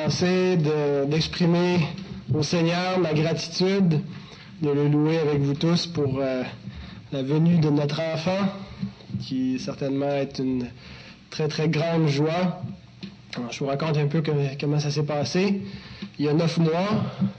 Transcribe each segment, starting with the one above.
commencer d'exprimer au Seigneur ma gratitude, de le louer avec vous tous pour la venue de notre enfant, qui certainement est une très très grande joie. Alors, je vous raconte un peu comment ça s'est passé. Il y a 9 mois.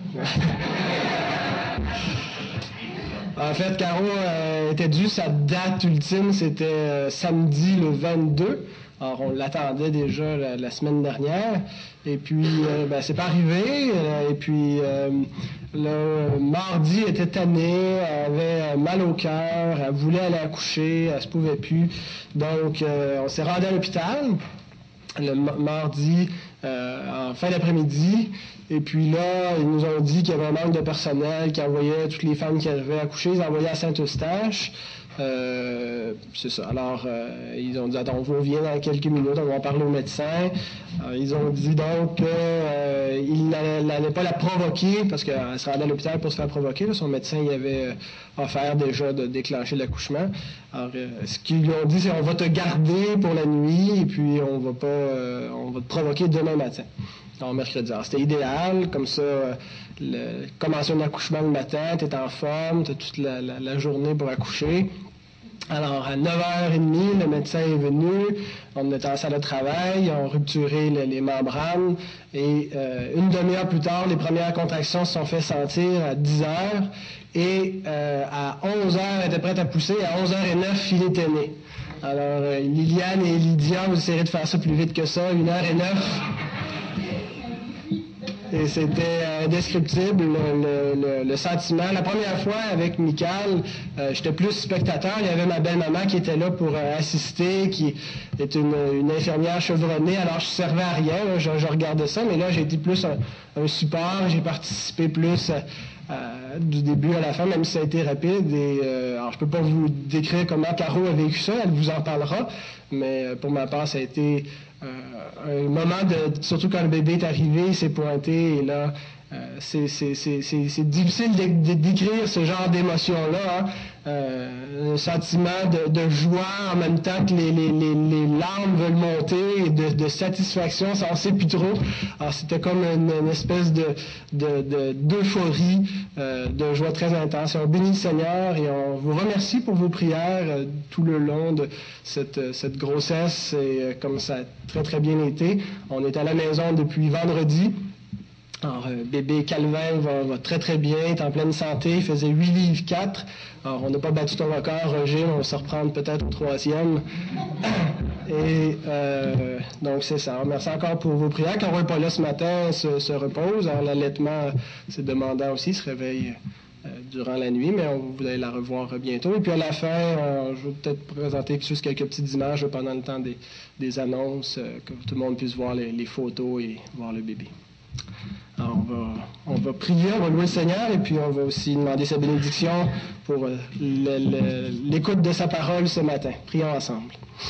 En fait, Caro était due, sa date ultime, c'était samedi le 22. Alors, on l'attendait déjà la semaine dernière. Et puis, c'est pas arrivé. Et puis, le mardi, elle était tannée, elle avait mal au cœur, elle voulait aller accoucher, elle se pouvait plus. Donc, on s'est rendu à l'hôpital le mardi en fin d'après-midi. Et puis là, ils nous ont dit qu'il y avait un manque de personnel, qu'ils envoyaient toutes les femmes qui arrivaient à accoucher, ils envoyaient à Saint-Eustache. C'est ça. Alors, ils ont dit, attends, on vous revient dans quelques minutes, on va en parler au médecin. Ils ont dit donc qu'ils n'allaient pas la provoquer, parce qu'elle se rendait à l'hôpital pour se faire provoquer. Là, son médecin y avait offert déjà de déclencher l'accouchement. Alors, ce qu'ils lui ont dit, c'est on va te garder pour la nuit, et puis on va te provoquer demain matin. Alors, mercredi. Alors, c'était idéal, comme ça, commencer un accouchement le matin, tu es en forme, tu as toute la journée pour accoucher. Alors, à 9h30, le médecin est venu, on était en salle de travail, ils ont rupturé les membranes, et une demi-heure plus tard, les premières contractions se sont fait sentir à 10h, et à 11h, elle était prête à pousser, à 11h09, il était né. Alors, Liliane et Lydia, vous essayerez de faire ça plus vite que ça, 1h09. Et c'était indescriptible, le sentiment. La première fois, avec Michael, j'étais plus spectateur. Il y avait ma belle-maman qui était là pour assister, qui est une infirmière chevronnée. Alors, je servais à rien, là, je regardais ça, mais là, j'ai été plus un support. J'ai participé plus du début à la fin, même si ça a été rapide. Et, alors, je peux pas vous décrire comment Caro a vécu ça, elle vous en parlera, mais pour ma part, ça a été un moment surtout quand le bébé est arrivé, il s'est pointé, et là, c'est difficile de décrire ce genre d'émotion-là, hein? Un sentiment de joie en même temps que les larmes veulent monter, et de satisfaction, ça on sait plus trop. Alors c'était comme une espèce d'euphorie, de joie très intense. Et on bénit le Seigneur et on vous remercie pour vos prières tout le long de cette grossesse, et comme ça a très très bien été. On est à la maison depuis vendredi. Alors, bébé Calvin va très très bien, est en pleine santé, il faisait 8 livres 4. Alors, on n'a pas battu ton record, Roger, on va se reprendre peut-être au 3e. Et donc, c'est ça. Alors, merci encore pour vos prières. Quand on n'est pas là ce matin, se repose. Alors, l'allaitement, c'est demandant aussi, se réveille durant la nuit, mais vous allez la revoir bientôt. Et puis, à la fin, je vais peut-être présenter juste quelques petites images pendant le temps des annonces, que tout le monde puisse voir les photos et voir le bébé. Alors, on va prier, on va louer le Seigneur, et puis on va aussi demander sa bénédiction pour l'écoute de sa parole ce matin. Prions ensemble.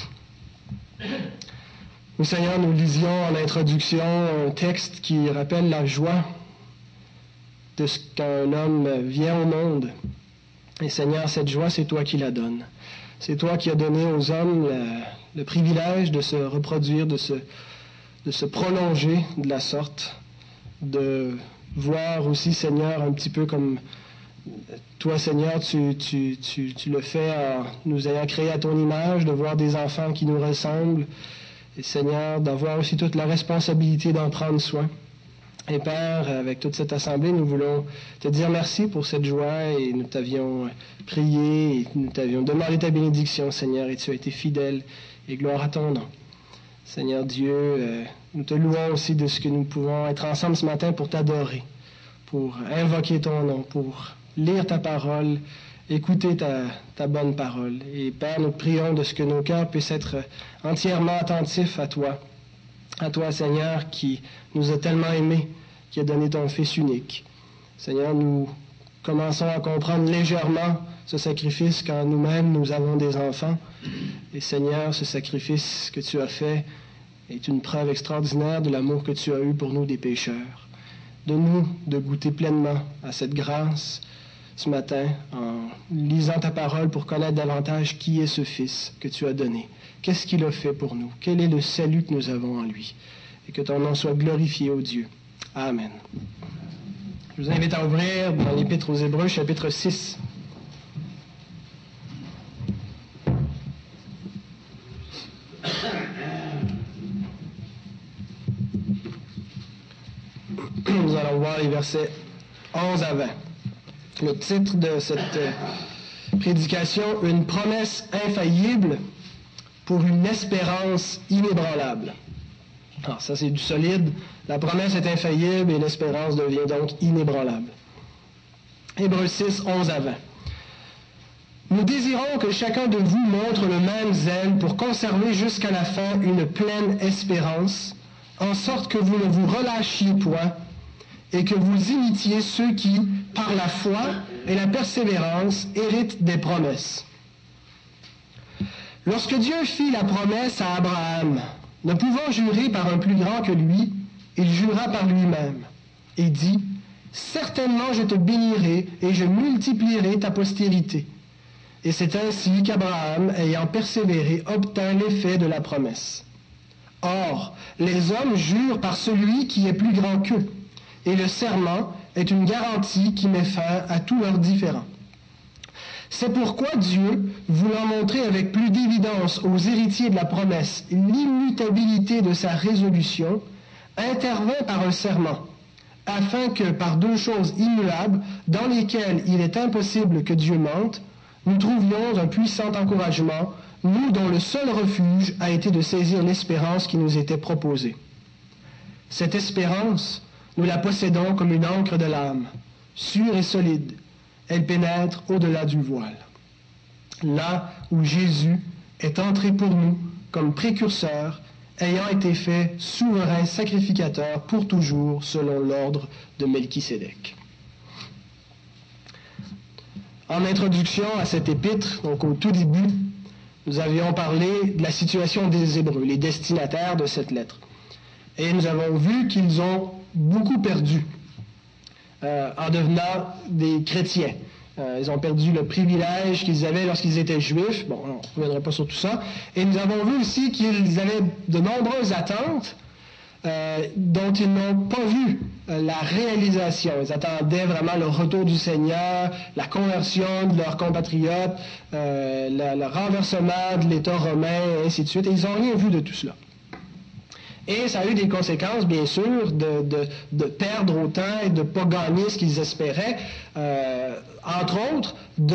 Nous, Seigneur, nous lisions en introduction un texte qui rappelle la joie de ce qu'un homme vient au monde. Et Seigneur, cette joie, c'est toi qui la donnes. C'est toi qui as donné aux hommes le privilège de se reproduire, de se prolonger de la sorte, de voir aussi, Seigneur, un petit peu comme toi, Seigneur, tu le fais en nous ayant créés à ton image, de voir des enfants qui nous ressemblent, et Seigneur, d'avoir aussi toute la responsabilité d'en prendre soin. Et Père, avec toute cette assemblée, nous voulons te dire merci pour cette joie, et nous t'avions prié, et nous t'avions demandé ta bénédiction, Seigneur, et tu as été fidèle, et gloire à ton nom. Seigneur Dieu, nous te louons aussi de ce que nous pouvons être ensemble ce matin pour t'adorer, pour invoquer ton nom, pour lire ta parole, écouter ta bonne parole. Et Père, nous prions de ce que nos cœurs puissent être entièrement attentifs à toi, Seigneur, qui nous a tellement aimés, qui a donné ton Fils unique. Seigneur, nous commençons à comprendre légèrement ce sacrifice quand nous-mêmes nous avons des enfants. Et Seigneur, ce sacrifice que tu as fait est une preuve extraordinaire de l'amour que tu as eu pour nous des pécheurs. Donne-nous de goûter pleinement à cette grâce ce matin en lisant ta parole pour connaître davantage qui est ce Fils que tu as donné. Qu'est-ce qu'il a fait pour nous? Quel est le salut que nous avons en lui? et que ton nom soit glorifié, ô Dieu. Amen. Je vous invite à ouvrir dans l'Épître aux Hébreux, chapitre 6. Nous allons voir les versets 11 à 20. Le titre de cette prédication, « Une promesse infaillible pour une espérance inébranlable ». Alors ça, c'est du solide. La promesse est infaillible et l'espérance devient donc inébranlable. Hébreux 6, 11 à 20. Nous désirons que chacun de vous montre le même zèle pour conserver jusqu'à la fin une pleine espérance, en sorte que vous ne vous relâchiez point et que vous imitiez ceux qui, par la foi et la persévérance, héritent des promesses. Lorsque Dieu fit la promesse à Abraham, ne pouvant jurer par un plus grand que lui, il jura par lui-même et dit, « Certainement je te bénirai et je multiplierai ta postérité. » Et c'est ainsi qu'Abraham, ayant persévéré, obtint l'effet de la promesse. Or, les hommes jurent par celui qui est plus grand qu'eux, et le serment est une garantie qui met fin à tous leurs différends. C'est pourquoi Dieu, voulant montrer avec plus d'évidence aux héritiers de la promesse l'immutabilité de sa résolution, intervint par un serment, afin que, par deux choses immuables, dans lesquelles il est impossible que Dieu mente, nous trouvions un puissant encouragement, nous dont le seul refuge a été de saisir l'espérance qui nous était proposée. Cette espérance, nous la possédons comme une ancre de l'âme, sûre et solide. Elle pénètre au-delà du voile. Là où Jésus est entré pour nous comme précurseur, ayant été fait souverain sacrificateur pour toujours selon l'ordre de Melchisédek. En introduction à cette épître, donc au tout début, nous avions parlé de la situation des Hébreux, les destinataires de cette lettre. Et nous avons vu qu'ils ont beaucoup perdu en devenant des chrétiens. Ils ont perdu le privilège qu'ils avaient lorsqu'ils étaient juifs. Bon, on ne reviendra pas sur tout ça. Et nous avons vu aussi qu'ils avaient de nombreuses attentes dont ils n'ont pas vu la réalisation. Ils attendaient vraiment le retour du Seigneur, la conversion de leurs compatriotes, le renversement de l'État romain, et ainsi de suite. Et ils n'ont rien vu de tout cela. Et ça a eu des conséquences, bien sûr, de perdre autant et de ne pas gagner ce qu'ils espéraient, entre autres,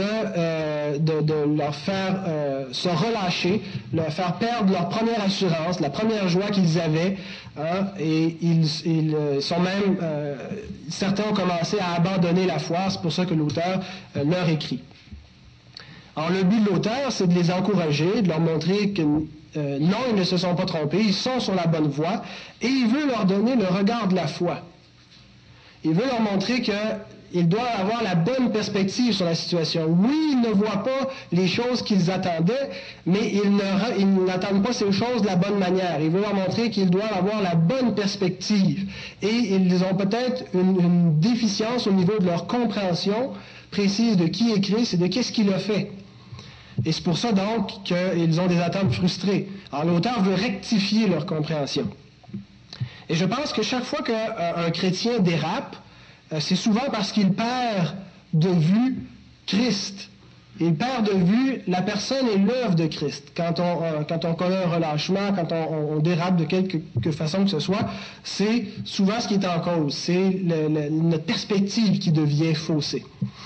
de leur faire se relâcher, leur faire perdre leur première assurance, la première joie qu'ils avaient, hein, et ils sont même, certains ont commencé à abandonner la foi, c'est pour ça que l'auteur leur écrit. Alors, le but de l'auteur, c'est de les encourager, de leur montrer que non, ils ne se sont pas trompés, ils sont sur la bonne voie, et il veut leur donner le regard de la foi. Il veut leur montrer qu'ils doivent avoir la bonne perspective sur la situation. Oui, ils ne voient pas les choses qu'ils attendaient, mais ils n'attendent pas ces choses de la bonne manière. Il veut leur montrer qu'ils doivent avoir la bonne perspective. Et ils ont peut-être une déficience au niveau de leur compréhension précise de qui est Christ et de qu'est-ce qu'il a fait. Et c'est pour ça, donc, qu'ils ont des attentes frustrées. Alors, l'auteur veut rectifier leur compréhension. Et je pense que chaque fois qu'un chrétien dérape, c'est souvent parce qu'il perd de vue Christ. Il perd de vue la personne et l'œuvre de Christ. Quand on connaît un relâchement, quand on dérape de quelque façon que ce soit, c'est souvent ce qui est en cause. C'est notre perspective qui devient faussée.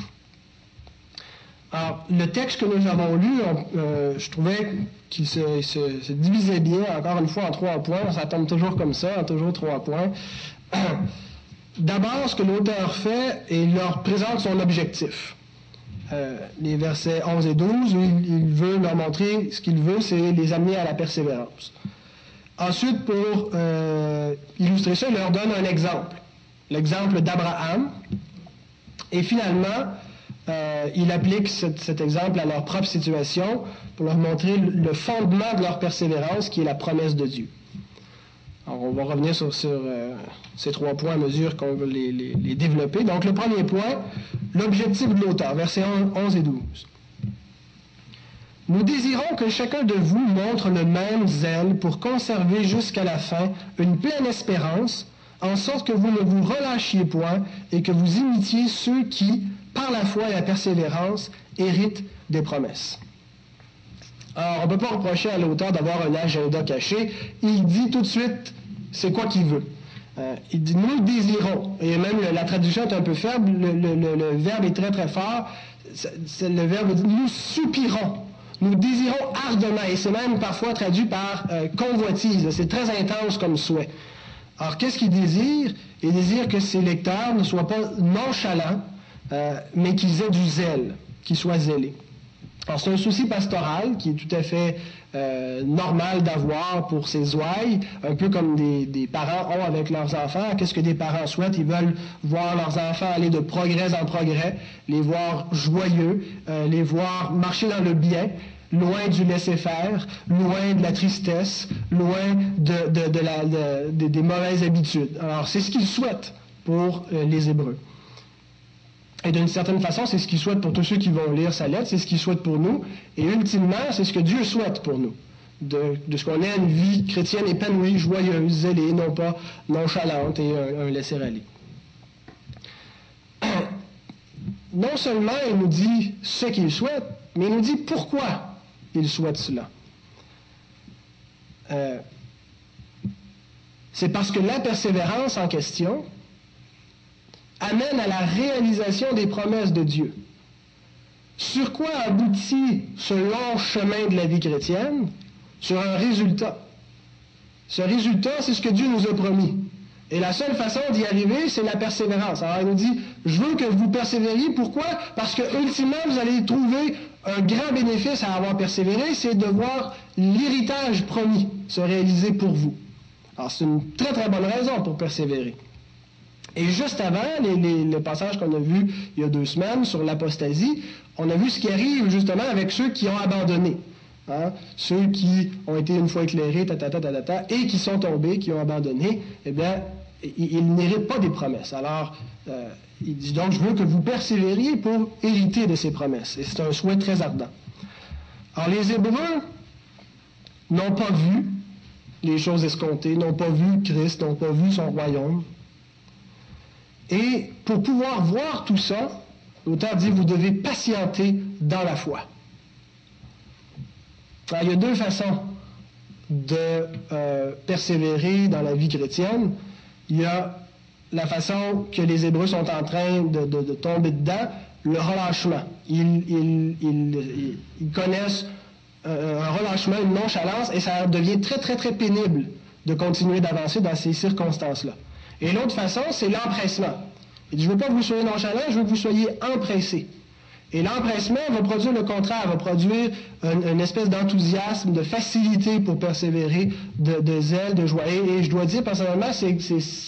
Alors, le texte que nous avons lu, je trouvais qu'il se divisait bien, encore une fois, en 3 points. Ça tombe toujours comme ça, en toujours 3 points. D'abord, ce que l'auteur fait, il leur présente son objectif. Les versets 11 et 12, où il veut leur montrer, ce qu'il veut, c'est les amener à la persévérance. Ensuite, pour illustrer ça, il leur donne un exemple. L'exemple d'Abraham. Et finalement, il applique cet exemple à leur propre situation pour leur montrer le fondement de leur persévérance, qui est la promesse de Dieu. Alors, on va revenir sur ces 3 points à mesure qu'on va les développer. Donc, le premier point, l'objectif de l'auteur, versets 11 et 12. Nous désirons que chacun de vous montre le même zèle pour conserver jusqu'à la fin une pleine espérance, en sorte que vous ne vous relâchiez point et que vous imitiez ceux qui, par la foi et la persévérance, héritent des promesses. Alors, on ne peut pas reprocher à l'auteur d'avoir un agenda caché. Il dit tout de suite c'est quoi qu'il veut. Il dit « nous désirons ». Et même la traduction est un peu faible, le verbe est très très fort. Le verbe dit « nous soupirons ». Nous désirons ardemment, et c'est même parfois traduit par convoitise. C'est très intense comme souhait. Alors, qu'est-ce qu'il désire? Il désire que ses lecteurs ne soient pas nonchalants, mais qu'ils aient du zèle, qu'ils soient zélés. Alors, c'est un souci pastoral qui est tout à fait normal d'avoir pour ses ouailles, un peu comme des parents ont avec leurs enfants. Qu'est-ce que des parents souhaitent? Ils veulent voir leurs enfants aller de progrès en progrès, les voir joyeux, les voir marcher dans le bien, loin du laisser-faire, loin de la tristesse, loin des mauvaises habitudes. Alors, c'est ce qu'ils souhaitent pour les Hébreux. Et d'une certaine façon, c'est ce qu'il souhaite pour tous ceux qui vont lire sa lettre, c'est ce qu'il souhaite pour nous, et ultimement, c'est ce que Dieu souhaite pour nous, de ce qu'on ait une vie chrétienne épanouie, joyeuse, zélée, non pas nonchalante et un laisser-aller. Non seulement il nous dit ce qu'il souhaite, mais il nous dit pourquoi il souhaite cela. C'est parce que la persévérance en question amène à la réalisation des promesses de Dieu. Sur quoi aboutit ce long chemin de la vie chrétienne? Sur un résultat. Ce résultat, c'est ce que Dieu nous a promis. Et la seule façon d'y arriver, c'est la persévérance. Alors il nous dit, je veux que vous persévériez. Pourquoi? Parce que ultimement, vous allez trouver un grand bénéfice à avoir persévéré, c'est de voir l'héritage promis se réaliser pour vous. Alors c'est une très très bonne raison pour persévérer. Et juste avant, le passage qu'on a vu il y a 2 semaines sur l'apostasie, on a vu ce qui arrive justement avec ceux qui ont abandonné. Hein? Ceux qui ont été une fois éclairés, et qui sont tombés, qui ont abandonné, eh bien, ils n'héritent pas des promesses. Alors, il dit donc, je veux que vous persévériez pour hériter de ces promesses. Et c'est un souhait très ardent. Alors, les Hébreux n'ont pas vu les choses escomptées, n'ont pas vu Christ, n'ont pas vu son royaume. Et pour pouvoir voir tout ça, l'auteur dit, vous devez patienter dans la foi. Alors, il y a 2 façons de persévérer dans la vie chrétienne. Il y a la façon que les Hébreux sont en train de tomber dedans, le relâchement. Ils connaissent un relâchement, une nonchalance, et ça devient très, très, très pénible de continuer d'avancer dans ces circonstances-là. Et l'autre façon, c'est l'empressement. Il dit, je ne veux pas que vous soyez nonchalants, je veux que vous soyez empressés. Et l'empressement va produire le contraire, va produire une espèce d'enthousiasme, de facilité pour persévérer, de zèle, de joie. Et je dois dire, personnellement, c'est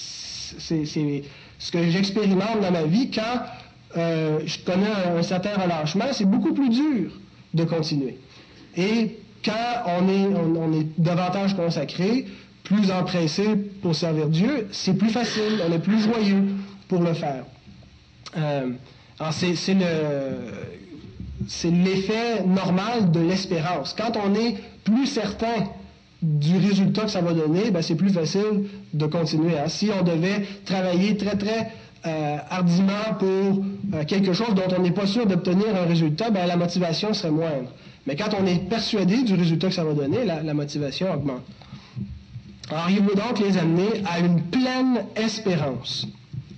ce que j'expérimente dans ma vie quand je connais un certain relâchement, c'est beaucoup plus dur de continuer. Et quand on est davantage consacré, plus empressé pour servir Dieu, c'est plus facile, on est plus joyeux pour le faire. Alors c'est l'effet normal de l'espérance. Quand on est plus certain du résultat que ça va donner, ben c'est plus facile de continuer. Hein? Si on devait travailler très, très hardiment pour quelque chose dont on n'est pas sûr d'obtenir un résultat, ben la motivation serait moindre. Mais quand on est persuadé du résultat que ça va donner, la motivation augmente. Alors, il veut donc les amener à une pleine espérance.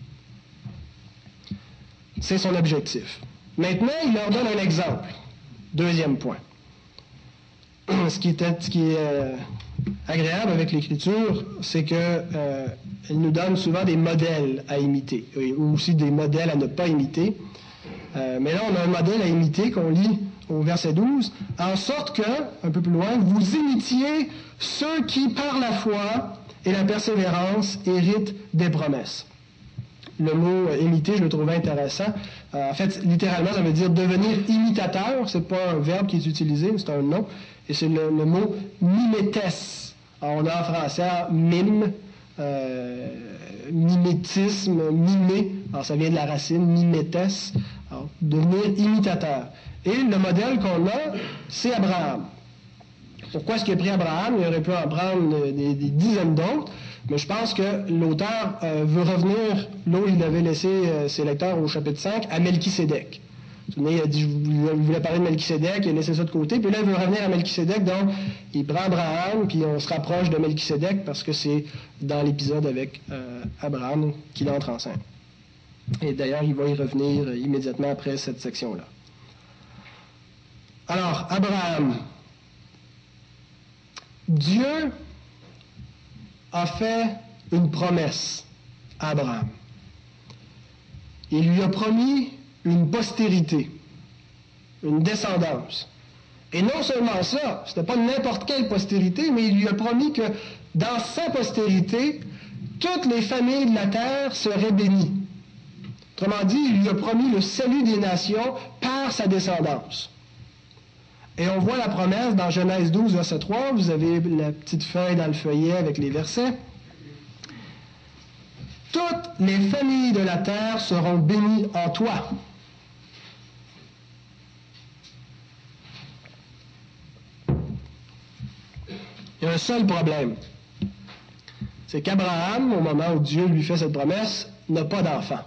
C'est son objectif. Maintenant, il leur donne un exemple. 2e point. Ce qui est agréable avec l'Écriture, c'est qu'elle nous donne souvent des modèles à imiter, ou aussi des modèles à ne pas imiter. Mais là, on a un modèle à imiter qu'on lit au verset 12, en sorte que, un peu plus loin, vous imitiez ceux qui, par la foi et la persévérance, héritent des promesses. Le mot imiter, je le trouvais intéressant. En fait, littéralement, ça veut dire devenir imitateur. C'est pas un verbe qui est utilisé, mais c'est un nom. Et c'est le mot mimétès. Alors, on a en français mime, mimétisme, mimer. Alors, ça vient de la racine mimétès. Alors, devenir imitateur. Et le modèle qu'on a, c'est Abraham. Pourquoi est-ce qu'il a pris Abraham? Il aurait pu en prendre des dizaines d'autres, mais je pense que l'auteur veut revenir là où il avait laissé ses lecteurs au chapitre 5, à Melchisédek. Vous vous souvenez, il a dit, je voulais parler de Melchisédek, il a laissé ça de côté, puis là, il veut revenir à Melchisédek, donc il prend Abraham, puis on se rapproche de Melchisédek, parce que c'est dans l'épisode avec Abraham qu'il entre en scène. Et d'ailleurs, il va y revenir immédiatement après cette section-là. Alors, Abraham. Dieu a fait une promesse à Abraham. Il lui a promis une postérité, une descendance. Et non seulement ça, ce n'était pas n'importe quelle postérité, mais il lui a promis que dans sa postérité, toutes les familles de la terre seraient bénies. Autrement dit, il lui a promis le salut des nations par sa descendance. Et on voit la promesse dans Genèse 12, verset 3. Vous avez la petite feuille dans le feuillet avec les versets. Toutes les familles de la terre seront bénies en toi. Il y a un seul problème. C'est qu'Abraham, au moment où Dieu lui fait cette promesse, n'a pas d'enfant.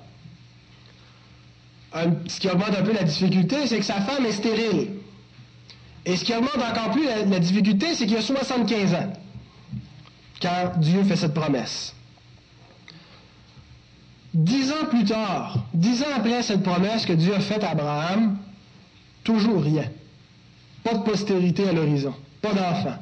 Ce qui augmente un peu la difficulté, c'est que sa femme est stérile. Et ce qui augmente encore plus la difficulté, c'est qu'il a 75 ans quand Dieu fait cette promesse. 10 ans plus tard, 10 ans après cette promesse que Dieu a faite à Abraham, toujours rien. Pas de postérité à l'horizon, pas d'enfant.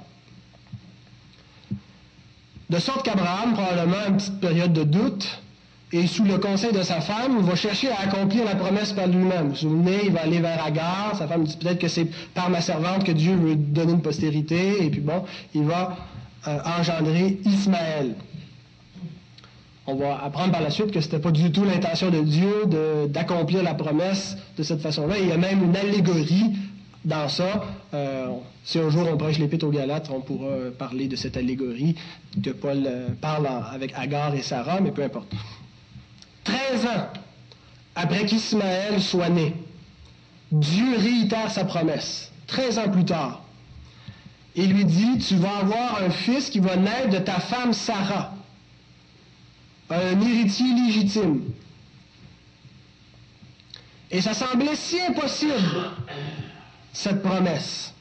De sorte qu'Abraham, probablement une petite période de doute, et sous le conseil de sa femme, il va chercher à accomplir la promesse par lui-même. Vous vous souvenez, il va aller vers Agar, sa femme dit peut-être que c'est par ma servante que Dieu veut donner une postérité, et puis bon, il va engendrer Ismaël. On va apprendre par la suite que ce n'était pas du tout l'intention de Dieu d'accomplir la promesse de cette façon-là. Il y a même une allégorie dans ça. Si un jour on prêche l'Épître aux Galates, on pourra parler de cette allégorie que Paul parle avec Agar et Sarah, mais peu importe. 13 ans après qu'Ismaël soit né, Dieu réitère sa promesse. 13 ans plus tard, il lui dit, tu vas avoir un fils qui va naître de ta femme Sarah, un héritier légitime. Et ça semblait si impossible, cette promesse,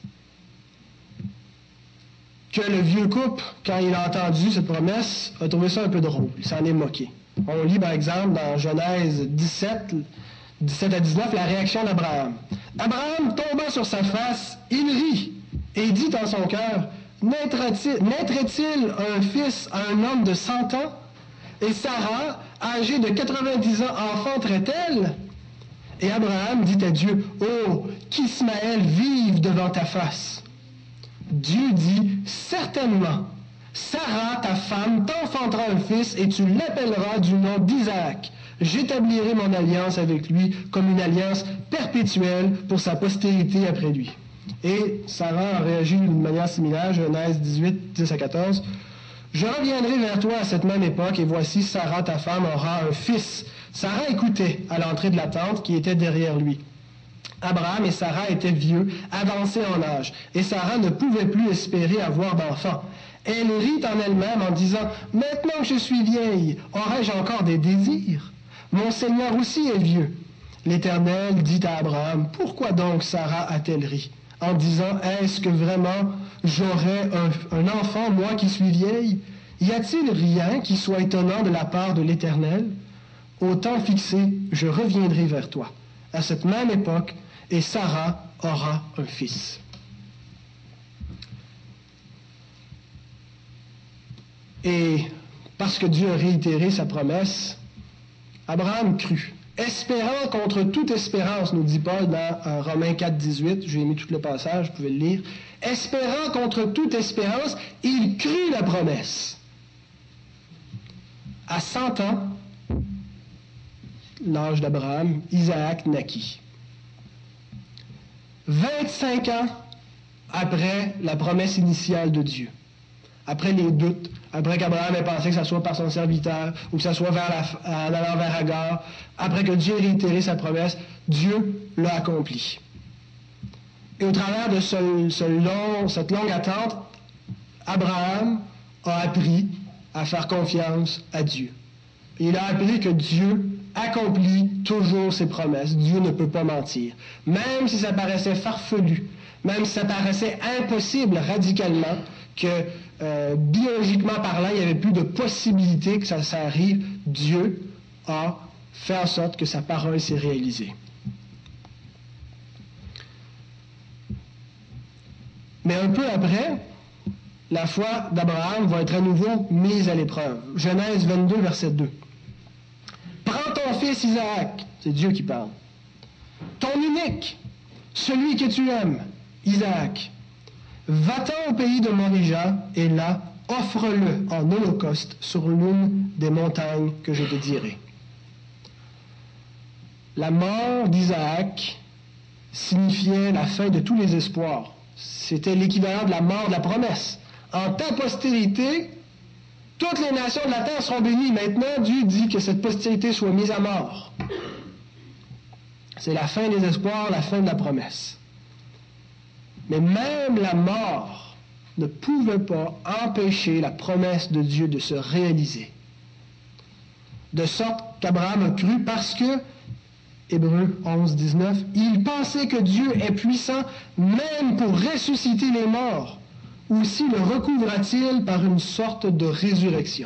que le vieux couple, quand il a entendu cette promesse, a trouvé ça un peu drôle. Il s'en est moqué. On lit par exemple dans Genèse 17 à 19, la réaction d'Abraham. Abraham, tombant sur sa face, il rit et dit en son cœur, naîtrait-il un fils à un homme de 100 ans? Et Sarah, âgée de 90 ans, enfanterait-elle? Et Abraham dit à Dieu, oh, qu'Ismaël vive devant ta face. Dieu dit, certainement, Sarah, ta femme, t'enfantera un fils et tu l'appelleras du nom d'Isaac. J'établirai mon alliance avec lui comme une alliance perpétuelle pour sa postérité après lui. Et Sarah a réagi d'une manière similaire, Genèse 18, 10 à 14. Je reviendrai vers toi à cette même époque et voici Sarah, ta femme, aura un fils. Sarah écoutait à l'entrée de la tente qui était derrière lui. Abraham et Sarah étaient vieux, avancés en âge, et Sarah ne pouvait plus espérer avoir d'enfant. Elle rit en elle-même en disant « Maintenant que je suis vieille, aurais-je encore des désirs? Mon Seigneur aussi est vieux. » L'Éternel dit à Abraham « Pourquoi donc Sarah a-t-elle ri? En disant « Est-ce que vraiment j'aurai un enfant, moi qui suis vieille? Y a-t-il rien qui soit étonnant de la part de l'Éternel? Au temps fixé, je reviendrai vers toi. À cette même époque, et Sarah aura un fils. » Et parce que Dieu a réitéré sa promesse, Abraham crut, espérant contre toute espérance, nous dit Paul dans Romains 4, 18, j'ai mis tout le passage, vous pouvez le lire, espérant contre toute espérance, il crut la promesse. À 100 ans, l'âge d'Abraham, Isaac naquit. 25 ans après la promesse initiale de Dieu, après les doutes, après qu'Abraham ait pensé que ça soit par son serviteur ou que ça soit en allant vers Agar, après que Dieu ait réitéré sa promesse, Dieu l'a accompli. Et au travers de cette longue attente, Abraham a appris à faire confiance à Dieu. Il a appris que Dieu accomplit toujours ses promesses. Dieu ne peut pas mentir. Même si ça paraissait farfelu, même si ça paraissait impossible radicalement, que biologiquement parlant, il n'y avait plus de possibilité que ça arrive, Dieu a fait en sorte que sa parole s'est réalisée. Mais un peu après, la foi d'Abraham va être à nouveau mise à l'épreuve. Genèse 22, verset 2. « Prends ton fils Isaac, c'est Dieu qui parle, ton unique, celui que tu aimes, Isaac, va-t'en au pays de Morija, et là, offre-le en holocauste sur l'une des montagnes que je te dirai. » La mort d'Isaac signifiait la fin de tous les espoirs. C'était l'équivalent de la mort de la promesse. En ta postérité, toutes les nations de la terre seront bénies. Maintenant, Dieu dit que cette postérité soit mise à mort. C'est la fin des espoirs, la fin de la promesse. Mais même la mort ne pouvait pas empêcher la promesse de Dieu de se réaliser. De sorte qu'Abraham a cru parce que, Hébreux 11, 19, il pensait que Dieu est puissant même pour ressusciter les morts. Aussi le recouvra-t-il par une sorte de résurrection.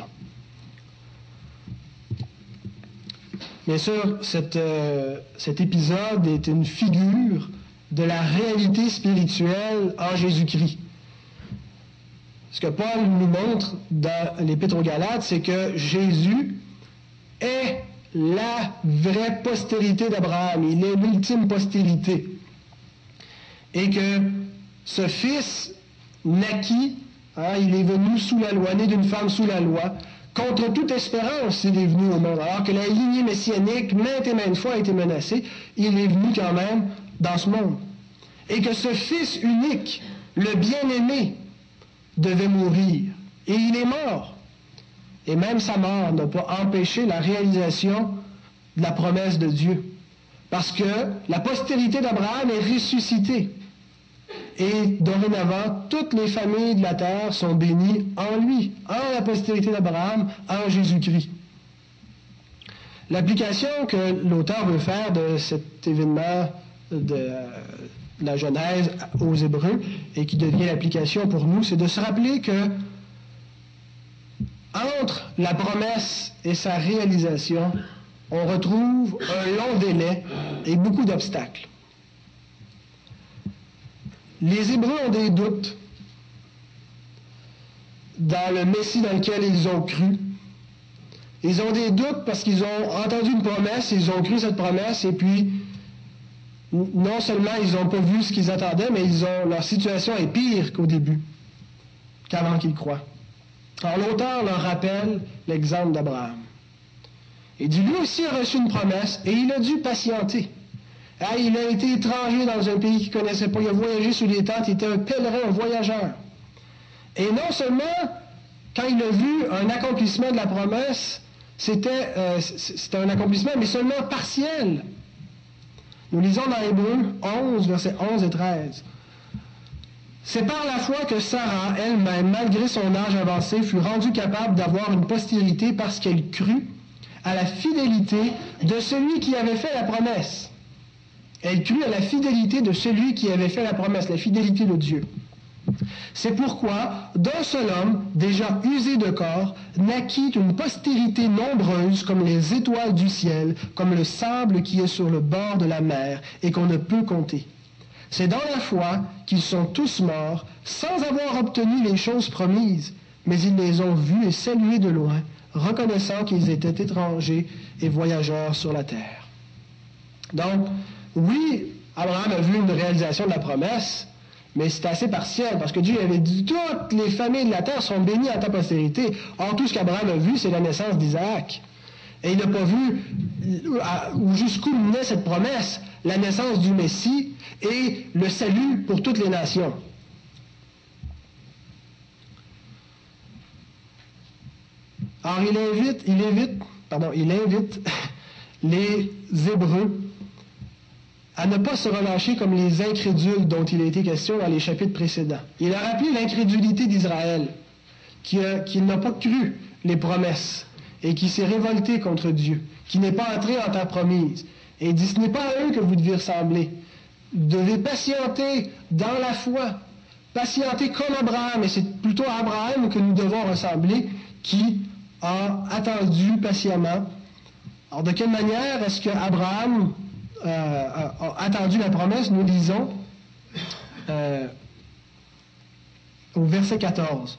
Bien sûr, cet épisode est une figure de la réalité spirituelle en Jésus-Christ. Ce que Paul nous montre dans l'Épître aux Galates, c'est que Jésus est la vraie postérité d'Abraham. Il est l'ultime postérité. Et que ce Fils naquit, il est venu sous la loi, né d'une femme sous la loi, contre toute espérance, il est venu au monde. Alors que la lignée messianique, maintes et maintes fois, a été menacée, il est venu quand même dans ce monde. Et que ce Fils unique, le bien-aimé, devait mourir. Et il est mort. Et même sa mort n'a pas empêché la réalisation de la promesse de Dieu. Parce que la postérité d'Abraham est ressuscitée. Et dorénavant, toutes les familles de la terre sont bénies en lui, en la postérité d'Abraham, en Jésus-Christ. L'application que l'auteur veut faire de cet événement de la Genèse aux Hébreux, et qui devient l'application pour nous, c'est de se rappeler que entre la promesse et sa réalisation, on retrouve un long délai et beaucoup d'obstacles. Les Hébreux ont des doutes dans le Messie dans lequel ils ont cru. Ils ont des doutes parce qu'ils ont entendu une promesse, ils ont cru cette promesse, et puis non seulement ils n'ont pas vu ce qu'ils attendaient, mais leur situation est pire qu'au début, qu'avant qu'ils croient. Alors l'auteur leur rappelle l'exemple d'Abraham. Il dit, lui aussi a reçu une promesse et il a dû patienter. Il a été étranger dans un pays qu'il ne connaissait pas, il a voyagé sous les tentes, il était un pèlerin, un voyageur. Et non seulement, quand il a vu un accomplissement de la promesse, c'était un accomplissement, mais seulement partiel. Nous lisons dans Hébreux 11, versets 11 et 13. C'est par la foi que Sarah, elle-même, malgré son âge avancé, fut rendue capable d'avoir une postérité parce qu'elle crut à la fidélité de celui qui avait fait la promesse. Elle crut à la fidélité de celui qui avait fait la promesse, la fidélité de Dieu. C'est pourquoi, d'un seul homme, déjà usé de corps, naquit une postérité nombreuse comme les étoiles du ciel, comme le sable qui est sur le bord de la mer et qu'on ne peut compter. C'est dans la foi qu'ils sont tous morts, sans avoir obtenu les choses promises, mais ils les ont vus et salués de loin, reconnaissant qu'ils étaient étrangers et voyageurs sur la terre. Donc, oui, Abraham a vu une réalisation de la promesse, mais c'est assez partiel, parce que Dieu avait dit, toutes les familles de la terre sont bénies à ta postérité. Or, tout ce qu'Abraham a vu, c'est la naissance d'Isaac. Et il n'a pas vu jusqu'où menait cette promesse, la naissance du Messie et le salut pour toutes les nations. Alors, il invite les Hébreux à ne pas se relâcher comme les incrédules dont il a été question dans les chapitres précédents. Il a rappelé l'incrédulité d'Israël, qui n'a pas cru les promesses et qui s'est révolté contre Dieu, qui n'est pas entré en terre promise. Et il dit, ce n'est pas à eux que vous devez ressembler. Vous devez patienter dans la foi, patienter comme Abraham, et c'est plutôt à Abraham que nous devons ressembler, qui a attendu patiemment. Alors, de quelle manière est-ce qu'Abraham a attendu la promesse? Nous lisons au verset 14.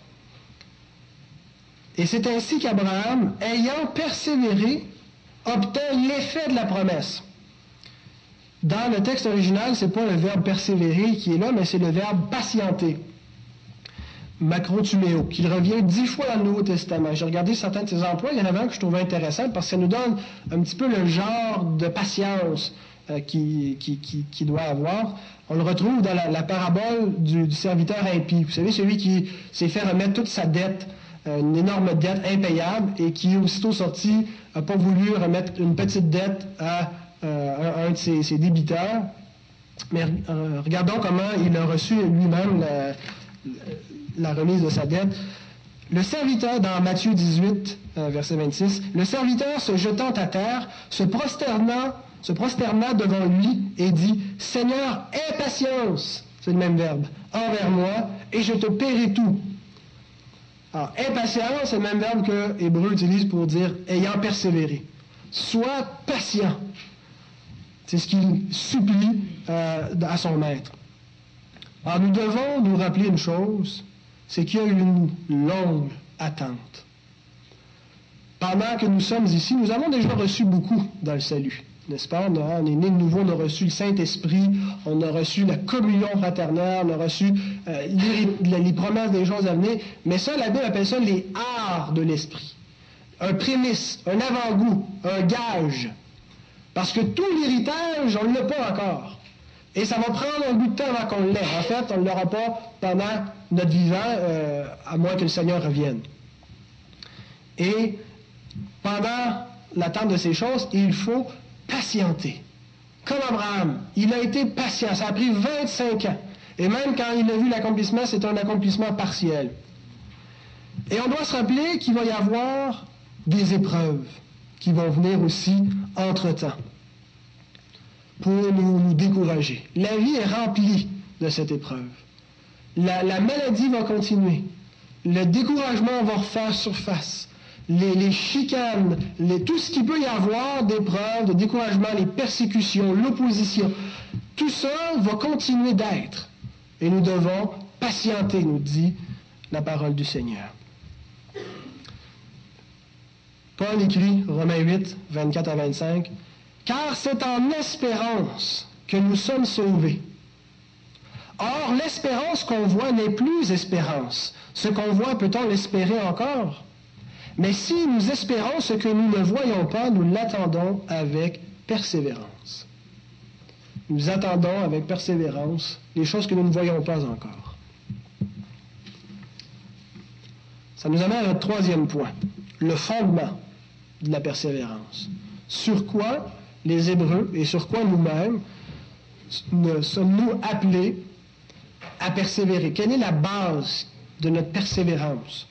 Et c'est ainsi qu'Abraham, ayant persévéré, obtint l'effet de la promesse. Dans le texte original, ce n'est pas le verbe persévérer qui est là, mais c'est le verbe patienter. Macrotuméo, qui revient 10 fois dans le Nouveau Testament. J'ai regardé certains de ces emplois, il y en avait un que je trouvais intéressant parce que ça nous donne un petit peu le genre de patience qu'il doit avoir. On le retrouve dans la parabole du serviteur impie. Vous savez, celui qui s'est fait remettre toute sa dette, une énorme dette impayable, et qui, aussitôt sorti, n'a pas voulu remettre une petite dette à un de ses débiteurs. Mais regardons comment il a reçu lui-même la remise de sa dette. Le serviteur, dans Matthieu 18, verset 26, le serviteur se jetant à terre, se prosterna devant lui et dit, « Seigneur, aie patience », c'est le même verbe, « envers moi, et je te paierai tout. » Alors, « aie patience », c'est le même verbe que Hébreu utilise pour dire « ayant persévéré ». Sois patient. C'est ce qu'il supplie à son maître. Alors, nous devons nous rappeler une chose, c'est qu'il y a eu une longue attente. Pendant que nous sommes ici, nous avons déjà reçu beaucoup dans le salut, n'est-ce pas? On est né de nouveau, on a reçu le Saint-Esprit, on a reçu la communion fraternelle, on a reçu les promesses des choses à venir, mais ça, la Bible appelle ça les arts de l'Esprit. Un prémisse, un avant-goût, un gage. Parce que tout l'héritage, on ne l'a pas encore. Et ça va prendre un bout de temps avant qu'on l'ait. En fait, on ne l'aura pas pendant notre vivant, à moins que le Seigneur revienne. Et pendant l'attente de ces choses, il faut patienter. Comme Abraham, il a été patient. Ça a pris 25 ans. Et même quand il a vu l'accomplissement, c'est un accomplissement partiel. Et on doit se rappeler qu'il va y avoir des épreuves qui vont venir aussi entre-temps pour nous décourager. La vie est remplie de cette épreuve. La maladie va continuer. Le découragement va refaire surface. Les chicanes, tout ce qu'il peut y avoir d'épreuves, de découragement, les persécutions, l'opposition, tout ça va continuer d'être. Et nous devons patienter, nous dit la parole du Seigneur. Paul écrit, Romains 8, 24 à 25, « Car c'est en espérance que nous sommes sauvés. Or, l'espérance qu'on voit n'est plus espérance. Ce qu'on voit, peut-on l'espérer encore? Mais si nous espérons ce que nous ne voyons pas, nous l'attendons avec persévérance. » Nous attendons avec persévérance les choses que nous ne voyons pas encore. Ça nous amène à notre troisième point, le fondement de la persévérance. Sur quoi les Hébreux et sur quoi nous-mêmes sommes-nous appelés à persévérer? Quelle est la base de notre persévérance?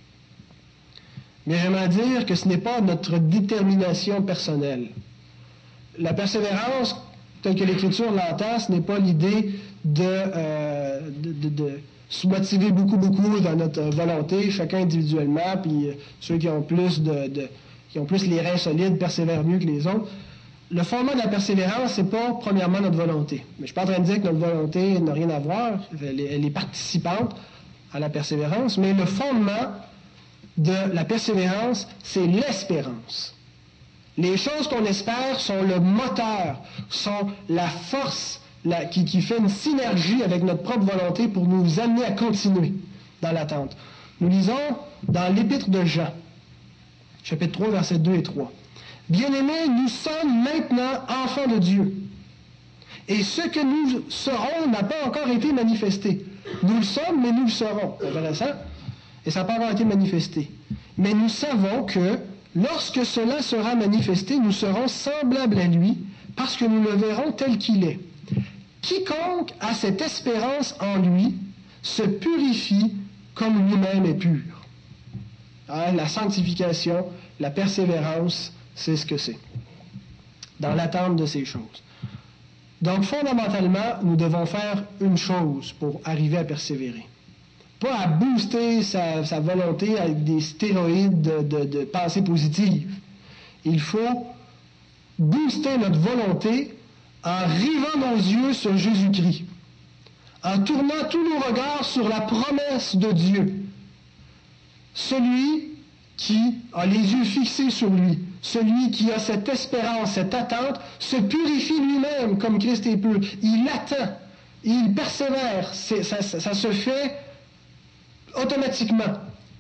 Mais j'aimerais dire que ce n'est pas notre détermination personnelle. La persévérance, telle que l'Écriture l'entend, ce n'est pas l'idée de se motiver beaucoup dans notre volonté, chacun individuellement, puis ceux qui ont plus qui ont plus les reins solides persévèrent mieux que les autres. Le fondement de la persévérance, c'est pas premièrement notre volonté. Mais je ne suis pas en train de dire que notre volonté n'a rien à voir, elle est participante à la persévérance, mais le fondement de la persévérance, c'est l'espérance. Les choses qu'on espère sont le moteur, sont la force qui fait une synergie avec notre propre volonté pour nous amener à continuer dans l'attente. Nous lisons dans l'Épître de Jean, chapitre 3, versets 2 et 3. « Bien-aimés, nous sommes maintenant enfants de Dieu, et ce que nous serons n'a pas encore été manifesté. Nous le sommes, mais nous le serons. » Intéressant. Et ça n'a pas encore été manifesté. Mais nous savons que lorsque cela sera manifesté, nous serons semblables à lui, parce que nous le verrons tel qu'il est. Quiconque a cette espérance en lui se purifie comme lui-même est pur. Hein, la sanctification, la persévérance, c'est ce que c'est, dans l'attente de ces choses. Donc, fondamentalement, nous devons faire une chose pour arriver à persévérer. Pas à booster sa volonté avec des stéroïdes de pensée positive. Il faut booster notre volonté en rivant nos yeux sur Jésus-Christ, en tournant tous nos regards sur la promesse de Dieu. Celui qui a les yeux fixés sur lui, celui qui a cette espérance, cette attente, se purifie lui-même comme Christ est pur. Il attend, il persévère, ça se fait automatiquement.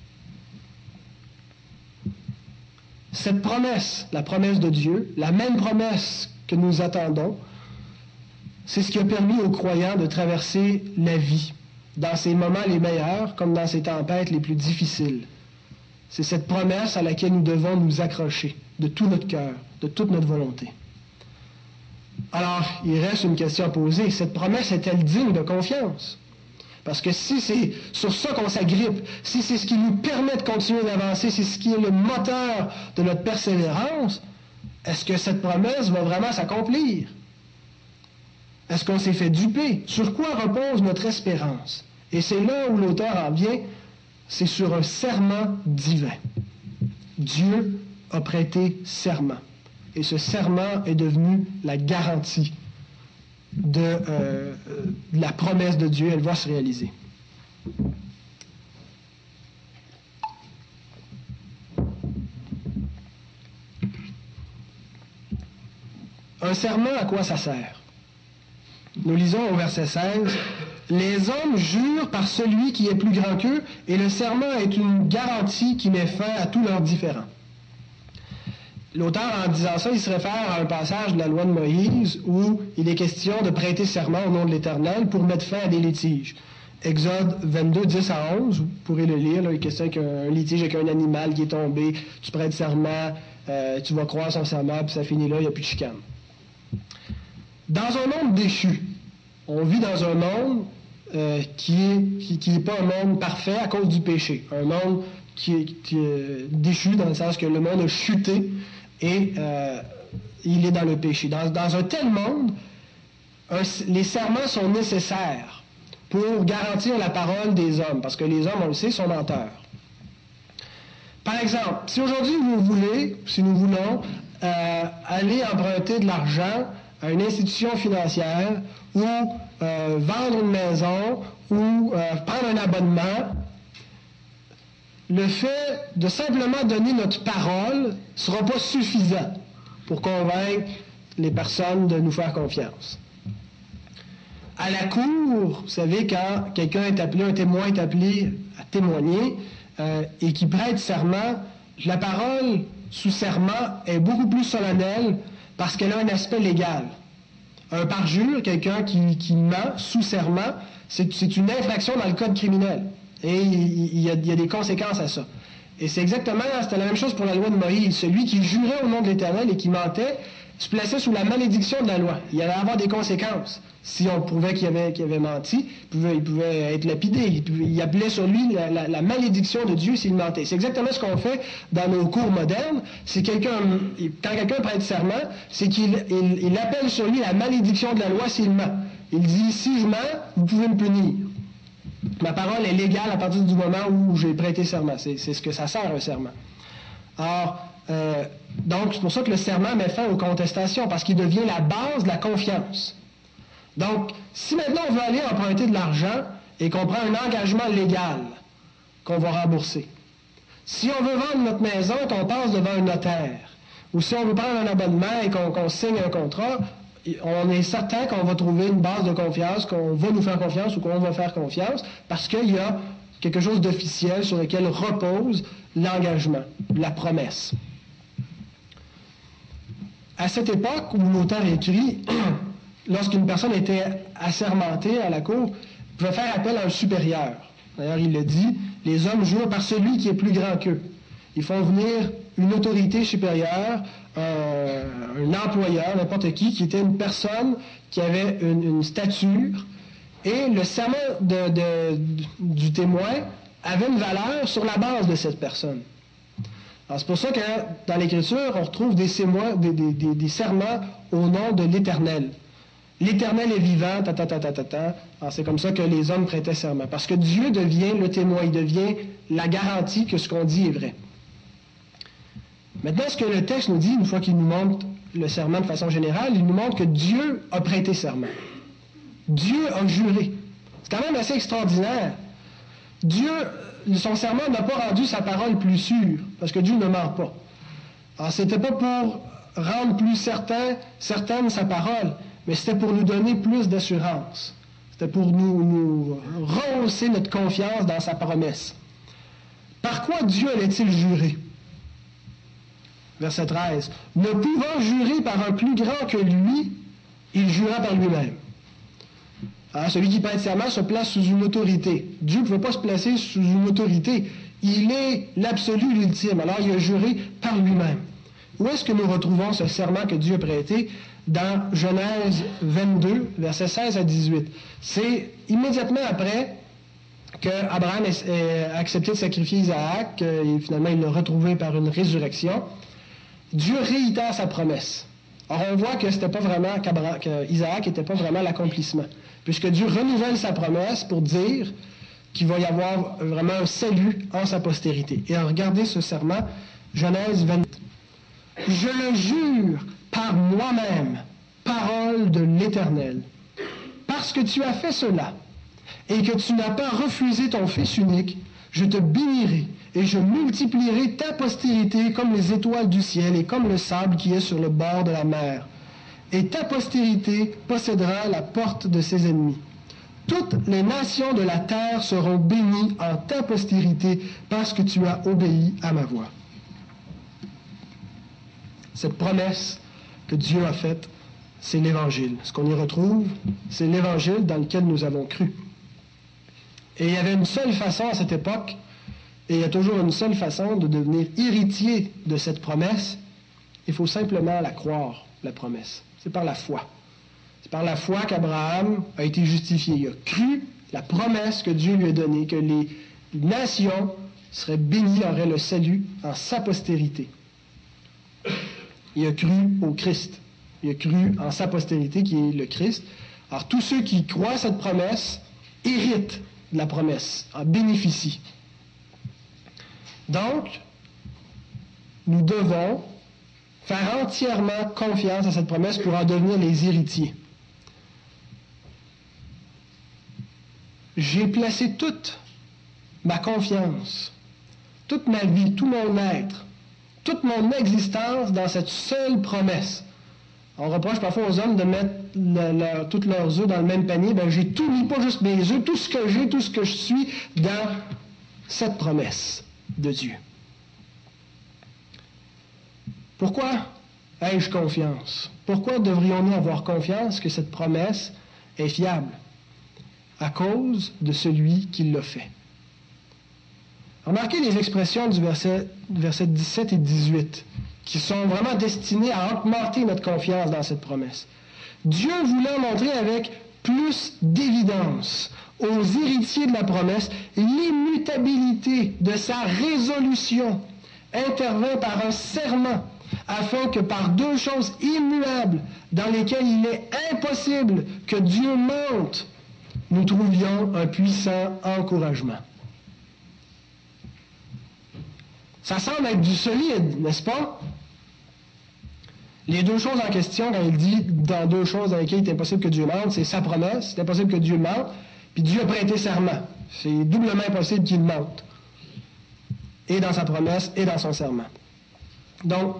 Cette promesse, la promesse de Dieu, la même promesse que nous attendons, c'est ce qui a permis aux croyants de traverser la vie, dans ses moments les meilleurs, comme dans ses tempêtes les plus difficiles. C'est cette promesse à laquelle nous devons nous accrocher, de tout notre cœur, de toute notre volonté. Alors, il reste une question à poser. Cette promesse est-elle digne de confiance? Parce que si c'est sur ça qu'on s'agrippe, si c'est ce qui nous permet de continuer d'avancer, c'est ce qui est le moteur de notre persévérance, est-ce que cette promesse va vraiment s'accomplir? Est-ce qu'on s'est fait duper? Sur quoi repose notre espérance? Et c'est là où l'auteur en vient, c'est sur un serment divin. Dieu a prêté serment. Et ce serment est devenu la garantie de la promesse de Dieu. Elle va se réaliser. Un serment, à quoi ça sert? Nous lisons au verset 16, « Les hommes jurent par celui qui est plus grand qu'eux, et le serment est une garantie qui met fin à tous leurs différends. » L'auteur, en disant ça, il se réfère à un passage de la loi de Moïse où il est question de prêter serment au nom de l'Éternel pour mettre fin à des litiges. Exode 22, 10 à 11, vous pourrez le lire, là, il est question qu'un litige avec un animal qui est tombé, tu prêtes serment, tu vas croire son serment, puis ça finit là, il n'y a plus de chicane. Dans un monde déchu, on vit dans un monde qui est pas un monde parfait à cause du péché. Un monde qui est déchu dans le sens que le monde a chuté et il est dans le péché. Dans un tel monde, les serments sont nécessaires pour garantir la parole des hommes, parce que les hommes, on le sait, sont menteurs. Par exemple, si aujourd'hui nous voulons aller emprunter de l'argent à une institution financière ou vendre une maison ou prendre un abonnement, le fait de simplement donner notre parole ne sera pas suffisant pour convaincre les personnes de nous faire confiance. À la cour, vous savez, quand quelqu'un est appelé, un témoin est appelé à témoigner et qui prête serment, la parole sous serment est beaucoup plus solennelle parce qu'elle a un aspect légal. Un parjure, quelqu'un qui ment sous serment, c'est une infraction dans le code criminel. Et il y a des conséquences à ça. Et c'était la même chose pour la loi de Moïse. Celui qui jurait au nom de l'Éternel et qui mentait se plaçait sous la malédiction de la loi. Il allait avoir des conséquences. Si on prouvait qu'il avait menti, il pouvait être lapidé. Il appelait sur lui la malédiction de Dieu s'il mentait. C'est exactement ce qu'on fait dans nos cours modernes. Quand quelqu'un prête serment, c'est qu'il appelle sur lui la malédiction de la loi s'il ment. Il dit, si je mens, vous pouvez me punir. Ma parole est légale à partir du moment où j'ai prêté serment. C'est ce que ça sert, un serment. Or, donc, c'est pour ça que le serment met fin aux contestations, parce qu'il devient la base de la confiance. Donc, si maintenant on veut aller emprunter de l'argent et qu'on prend un engagement légal qu'on va rembourser, si on veut vendre notre maison et qu'on passe devant un notaire, ou si on veut prendre un abonnement et qu'on signe un contrat, on est certain qu'on va trouver une base de confiance, qu'on va nous faire confiance ou qu'on va faire confiance, parce qu'il y a quelque chose d'officiel sur lequel repose l'engagement, la promesse. À cette époque où l'auteur écrit, lorsqu'une personne était assermentée à la cour, il pouvait faire appel à un supérieur. D'ailleurs, il le dit, les hommes jurent par celui qui est plus grand qu'eux. Ils font venir une autorité supérieure, un employeur, n'importe qui était une personne qui avait une stature, et le serment du témoin avait une valeur sur la base de cette personne. Alors c'est pour ça que dans l'Écriture, on retrouve des serments au nom de l'Éternel. L'Éternel est vivant, Alors c'est comme ça que les hommes prêtaient serment. Parce que Dieu devient le témoin, il devient la garantie que ce qu'on dit est vrai. Maintenant, ce que le texte nous dit, une fois qu'il nous montre le serment de façon générale, il nous montre que Dieu a prêté serment. Dieu a juré. C'est quand même assez extraordinaire. Dieu, son serment n'a pas rendu sa parole plus sûre, parce que Dieu ne ment pas. Alors, c'était pas pour rendre plus certaine sa parole, mais c'était pour nous donner plus d'assurance. C'était pour nous rehausser notre confiance dans sa promesse. Par quoi Dieu allait-il jurer? Verset 13. Ne pouvant jurer par un plus grand que lui, il jura par lui-même. Alors, celui qui prête serment se place sous une autorité. Dieu ne pouvait pas se placer sous une autorité. Il est l'absolu, l'ultime. Alors, il a juré par lui-même. Où est-ce que nous retrouvons ce serment que Dieu a prêté? Dans Genèse 22, versets 16 à 18. C'est immédiatement après qu'Abraham a accepté de sacrifier Isaac, et finalement il l'a retrouvé par une résurrection. Dieu réitère sa promesse. Or, on voit que c'était pas vraiment qu'Isaac n'était pas vraiment l'accomplissement, puisque Dieu renouvelle sa promesse pour dire qu'il va y avoir vraiment un salut en sa postérité. Et regardez ce serment, Genèse 22. Je le jure par moi-même, parole de l'Éternel, parce que tu as fait cela, et que tu n'as pas refusé ton Fils unique, je te bénirai, et je multiplierai ta postérité comme les étoiles du ciel, et comme le sable qui est sur le bord de la mer. Et ta postérité possédera la porte de ses ennemis. Toutes les nations de la terre seront bénies en ta postérité, parce que tu as obéi à ma voix. Cette promesse que Dieu a faite, c'est l'Évangile. Ce qu'on y retrouve, c'est l'Évangile dans lequel nous avons cru. Et il y avait une seule façon à cette époque, et il y a toujours une seule façon de devenir héritier de cette promesse. Il faut simplement la croire, la promesse. C'est par la foi. C'est par la foi qu'Abraham a été justifié. Il a cru la promesse que Dieu lui a donnée, que les nations seraient bénies, auraient le salut en sa postérité. Il a cru au Christ. Il a cru en sa postérité qui est le Christ. Alors tous ceux qui croient à cette promesse héritent de la promesse, en bénéficient. Donc, nous devons faire entièrement confiance à cette promesse pour en devenir les héritiers. J'ai placé toute ma confiance, toute ma vie, tout mon être, toute mon existence dans cette seule promesse. On reproche parfois aux hommes de mettre tous leurs œufs dans le même panier. Ben, j'ai tout mis, pas juste mes œufs, tout ce que j'ai, tout ce que je suis, dans cette promesse de Dieu. Pourquoi ai-je confiance? Pourquoi devrions-nous avoir confiance que cette promesse est fiable? À cause de celui qui l'a fait. Remarquez les expressions du verset 17 et 18, qui sont vraiment destinées à augmenter notre confiance dans cette promesse. Dieu voulant montrer avec plus d'évidence aux héritiers de la promesse l'immutabilité de sa résolution, intervint par un serment, afin que par deux choses immuables, dans lesquelles il est impossible que Dieu mente, nous trouvions un puissant encouragement. Ça semble être du solide, n'est-ce pas? Les deux choses en question, quand il dit dans deux choses dans lesquelles il est impossible que Dieu mente, c'est sa promesse, c'est impossible que Dieu mente, puis Dieu a prêté serment. C'est doublement impossible qu'il mente. Et dans sa promesse, et dans son serment. Donc,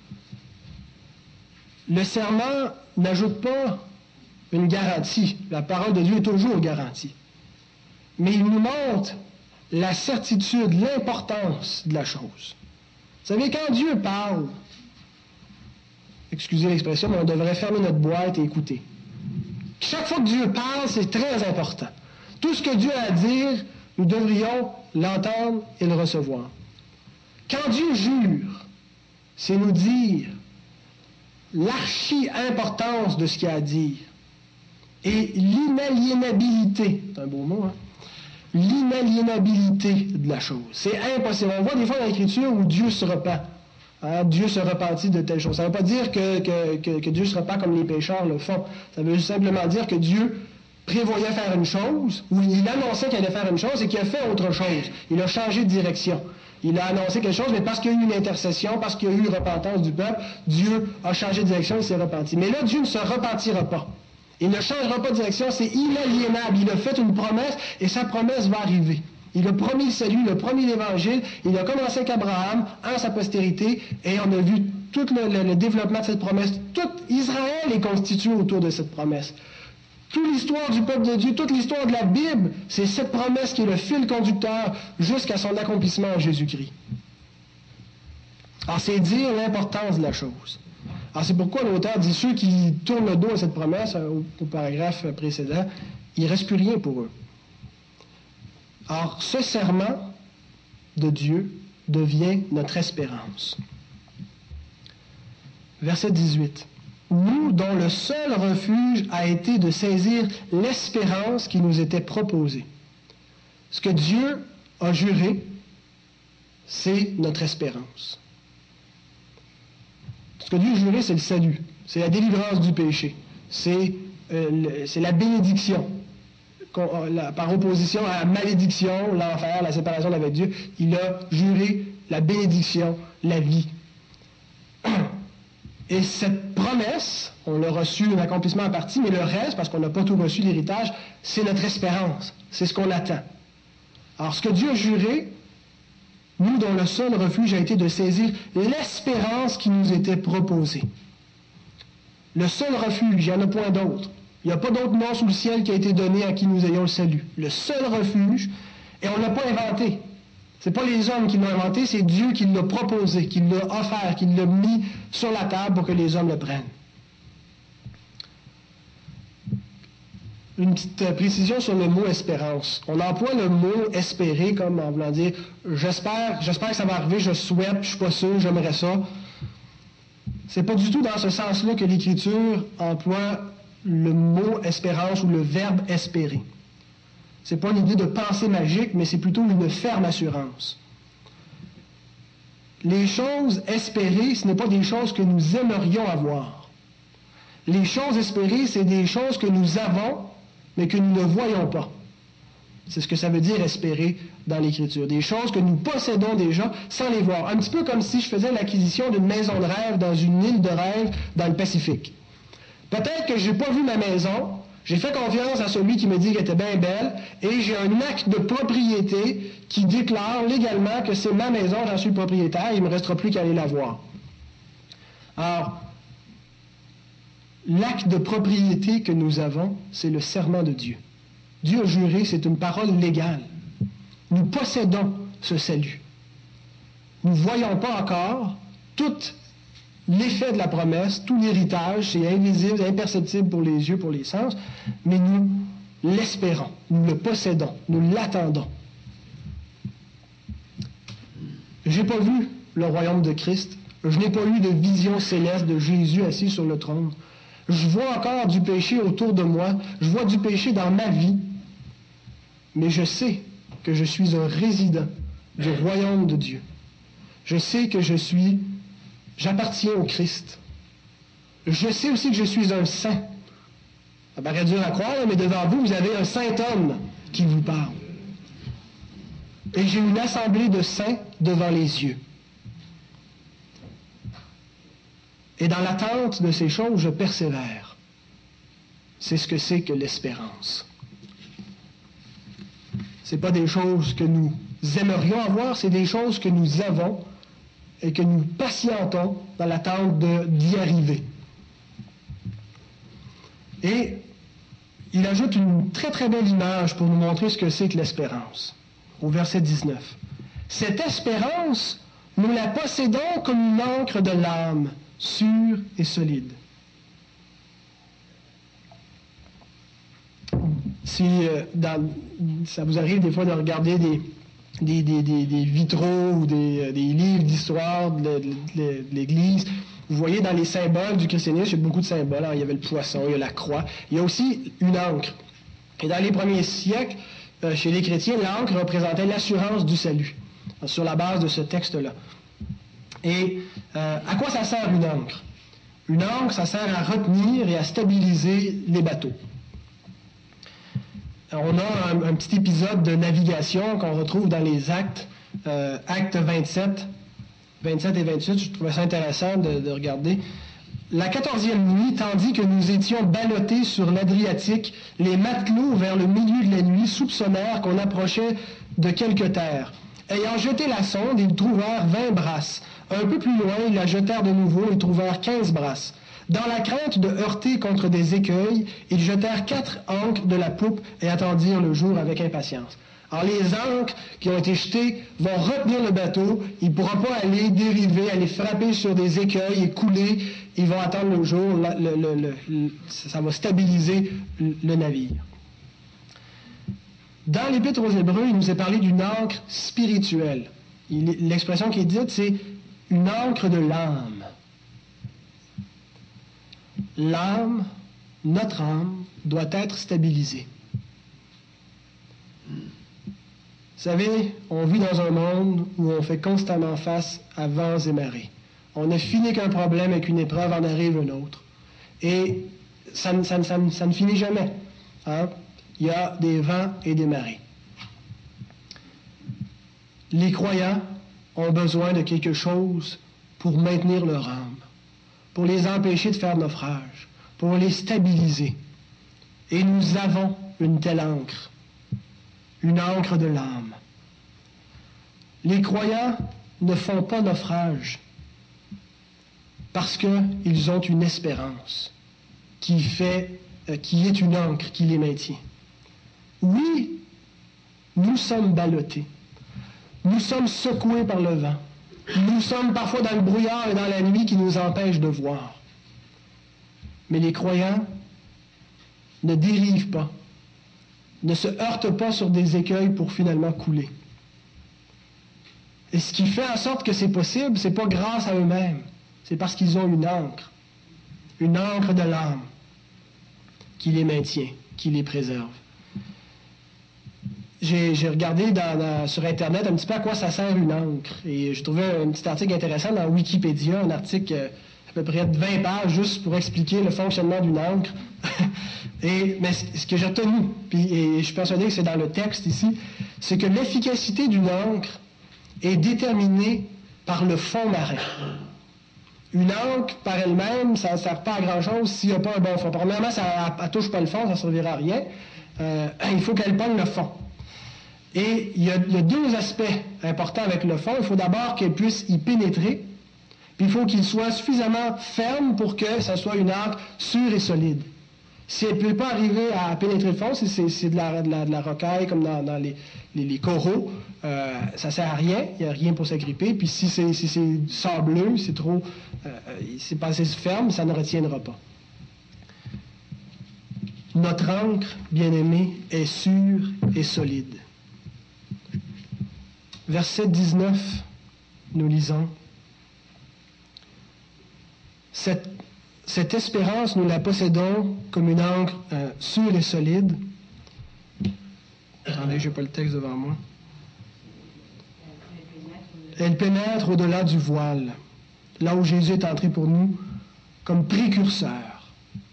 le serment n'ajoute pas une garantie. La parole de Dieu est toujours garantie. Mais il nous montre la certitude, l'importance de la chose. Vous savez, quand Dieu parle, excusez l'expression, mais on devrait fermer notre boîte et écouter. Chaque fois que Dieu parle, c'est très important. Tout ce que Dieu a à dire, nous devrions l'entendre et le recevoir. Quand Dieu jure, c'est nous dire l'archi-importance de ce qu'il y a à dire et l'inaliénabilité, c'est un beau mot, hein? L'inaliénabilité de la chose. C'est impossible. On voit des fois dans l'Écriture où Dieu se repent. Hein? Dieu se repentit de telles choses. Ça ne veut pas dire que Dieu se repent comme les pécheurs le font. Ça veut simplement dire que Dieu prévoyait faire une chose, ou il annonçait qu'il allait faire une chose et qu'il a fait autre chose. Il a changé de direction. Il a annoncé quelque chose, mais parce qu'il y a eu une intercession, parce qu'il y a eu une repentance du peuple, Dieu a changé de direction, il s'est repenti. Mais là, Dieu ne se repentira pas. Il ne changera pas de direction, c'est inaliénable. Il a fait une promesse et sa promesse va arriver. Il a promis le salut, il a promis l'Évangile, il a commencé avec Abraham, en sa postérité, et on a vu tout le développement de cette promesse. Tout Israël est constitué autour de cette promesse. Toute l'histoire du peuple de Dieu, toute l'histoire de la Bible, c'est cette promesse qui est le fil conducteur jusqu'à son accomplissement en Jésus-Christ. Alors, c'est dire l'importance de la chose. Alors, c'est pourquoi l'auteur dit ceux qui tournent le dos à cette promesse, au paragraphe précédent, il ne reste plus rien pour eux. Alors, ce serment de Dieu devient notre espérance. Verset 18. Nous, dont le seul refuge a été de saisir l'espérance qui nous était proposée. Ce que Dieu a juré, c'est notre espérance. Ce que Dieu a juré, c'est le salut, c'est la délivrance du péché, c'est la bénédiction. Par opposition à la malédiction, l'enfer, la séparation d'avec Dieu, il a juré la bénédiction, la vie. Et cette promesse, on l'a reçu un accomplissement en partie, mais le reste, parce qu'on n'a pas tout reçu, l'héritage, c'est notre espérance. C'est ce qu'on attend. Alors, ce que Dieu a juré, nous, dont le seul refuge a été de saisir l'espérance qui nous était proposée. Le seul refuge, il n'y en a point d'autre. Il n'y a pas d'autre nom sous le ciel qui a été donné à qui nous ayons le salut. Le seul refuge, et on ne l'a pas inventé. Ce n'est pas les hommes qui l'ont inventé, c'est Dieu qui l'a proposé, qui l'a offert, qui l'a mis sur la table pour que les hommes le prennent. Une petite précision sur le mot espérance. On emploie le mot espérer comme en voulant dire j'espère que ça va arriver, je souhaite, je suis pas sûr, j'aimerais ça. C'est pas du tout dans ce sens-là que l'Écriture emploie le mot espérance ou le verbe espérer. C'est pas une idée de pensée magique, mais c'est plutôt une ferme assurance. Les choses espérées, ce n'est pas des choses que nous aimerions avoir. Les choses espérées, c'est des choses que nous avons, mais que nous ne voyons pas. C'est ce que ça veut dire espérer dans l'Écriture. Des choses que nous possédons déjà sans les voir. Un petit peu comme si je faisais l'acquisition d'une maison de rêve dans une île de rêve dans le Pacifique. Peut-être que je n'ai pas vu ma maison, j'ai fait confiance à celui qui me dit qu'elle était bien belle, et j'ai un acte de propriété qui déclare légalement que c'est ma maison, j'en suis le propriétaire, il ne me restera plus qu'à aller la voir. Alors, l'acte de propriété que nous avons, c'est le serment de Dieu. Dieu a juré, c'est une parole légale. Nous possédons ce salut. Nous ne voyons pas encore tout l'effet de la promesse, tout l'héritage, c'est invisible, imperceptible pour les yeux, pour les sens, mais nous l'espérons, nous le possédons, nous l'attendons. Je n'ai pas vu le royaume de Christ, je n'ai pas eu de vision céleste de Jésus assis sur le trône. Je vois encore du péché autour de moi, je vois du péché dans ma vie, mais je sais que je suis un résident du royaume de Dieu. Je sais que j'appartiens au Christ. Je sais aussi que je suis un saint. Ça paraît dur à croire, mais devant vous, vous avez un saint homme qui vous parle. Et j'ai une assemblée de saints devant les yeux. Et dans l'attente de ces choses, je persévère. C'est ce que c'est que l'espérance. Ce n'est pas des choses que nous aimerions avoir, c'est des choses que nous avons et que nous patientons dans l'attente d'y arriver. Et il ajoute une très très belle image pour nous montrer ce que c'est que l'espérance. Au verset 19. Cette espérance, nous la possédons comme une ancre de l'âme, sûre et solide. Si ça vous arrive des fois de regarder des vitraux ou des livres d'histoire de l'Église, vous voyez dans les symboles du christianisme, il y a beaucoup de symboles. Alors, il y avait le poisson, il y a la croix. Il y a aussi une ancre. Et dans les premiers siècles, chez les chrétiens, l'ancre représentait l'assurance du salut, sur la base de ce texte-là. Et à quoi ça sert une ancre? Une ancre, ça sert à retenir et à stabiliser les bateaux. Alors, on a un petit épisode de navigation qu'on retrouve dans les Actes, Actes 27 et 28, je trouvais ça intéressant de regarder. La 14e nuit, tandis que nous étions ballottés sur l'Adriatique, les matelots, vers le milieu de la nuit, soupçonnèrent qu'on approchait de quelque terre. Ayant jeté la sonde, ils trouvèrent 20 brasses. Un peu plus loin, ils la jetèrent de nouveau et trouvèrent 15 brasses. Dans la crainte de heurter contre des écueils, ils jetèrent 4 ancres de la poupe et attendirent le jour avec impatience. Alors, les ancres qui ont été jetées vont retenir le bateau. Il ne pourra pas aller dériver, aller frapper sur des écueils et couler. Ils vont attendre le jour. Ça va stabiliser le navire. Dans l'Épître aux Hébreux, il nous est parlé d'une ancre spirituelle. L'expression qui est dite, c'est une ancre de l'âme. L'âme, notre âme, doit être stabilisée. Vous savez, on vit dans un monde où on fait constamment face à vents et marées. On n'a fini qu'un problème avec une épreuve, en arrive un autre. Et ça ne finit jamais. Hein? Il y a des vents et des marées. Les croyants ont besoin de quelque chose pour maintenir leur âme, pour les empêcher de faire naufrage, pour les stabiliser. Et nous avons une telle ancre. Une ancre de l'âme. Les croyants ne font pas naufrage parce qu'ils ont une espérance qui est une ancre qui les maintient. Oui, nous sommes ballottés. Nous sommes secoués par le vent. Nous sommes parfois dans le brouillard et dans la nuit qui nous empêche de voir. Mais les croyants ne dérivent pas, ne se heurtent pas sur des écueils pour finalement couler. Et ce qui fait en sorte que c'est possible, c'est pas grâce à eux-mêmes, c'est parce qu'ils ont une ancre de l'âme qui les maintient, qui les préserve. J'ai regardé sur Internet un petit peu à quoi ça sert une ancre. Et j'ai trouvé un petit article intéressant dans Wikipédia, un article à peu près de 20 pages juste pour expliquer le fonctionnement d'une ancre. Mais ce que j'ai retenu, et je suis persuadé que c'est dans le texte ici, c'est que l'efficacité d'une ancre est déterminée par le fond marin. Une ancre, par elle-même, ça ne sert pas à grand-chose s'il n'y a pas un bon fond. Premièrement, ça ne touche pas le fond, ça ne servira à rien. Il faut qu'elle pogne le fond. Et il y a deux aspects importants avec le fond. Il faut d'abord qu'elle puisse y pénétrer, puis il faut qu'il soit suffisamment ferme pour que ça soit une ancre sûre et solide. Si elle ne peut pas arriver à pénétrer le fond, si c'est de la rocaille comme dans les coraux, ça ne sert à rien, il n'y a rien pour s'agripper. Puis si c'est sableux, c'est pas assez ferme, ça ne retiendra pas. Notre ancre, bien-aimée, est sûre et solide. Verset 19, nous lisons. Cette espérance, nous la possédons comme une ancre sûre et solide. Attendez, je n'ai pas le texte devant moi. Elle pénètre au-delà du voile, là où Jésus est entré pour nous comme précurseur.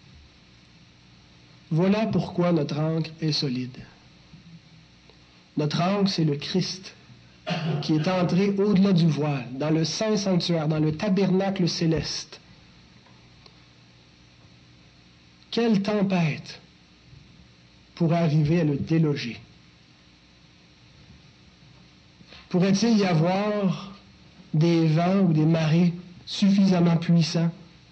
Voilà pourquoi notre ancre est solide. Notre ancre, c'est le Christ qui est entré au-delà du voile, dans le saint sanctuaire, dans le tabernacle céleste. Quelle tempête pourrait arriver à le déloger? Pourrait-il y avoir des vents ou des marées suffisamment puissants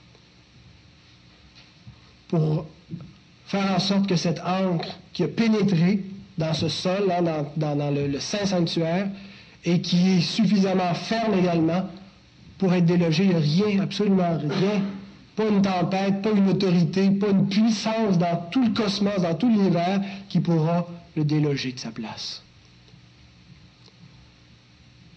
pour faire en sorte que cette ancre qui a pénétré dans ce sol, là, dans le saint sanctuaire, et qui est suffisamment ferme également pour être délogée? Il n'y a rien, absolument rien. Pas une tempête, pas une autorité, pas une puissance dans tout le cosmos, dans tout l'univers qui pourra le déloger de sa place.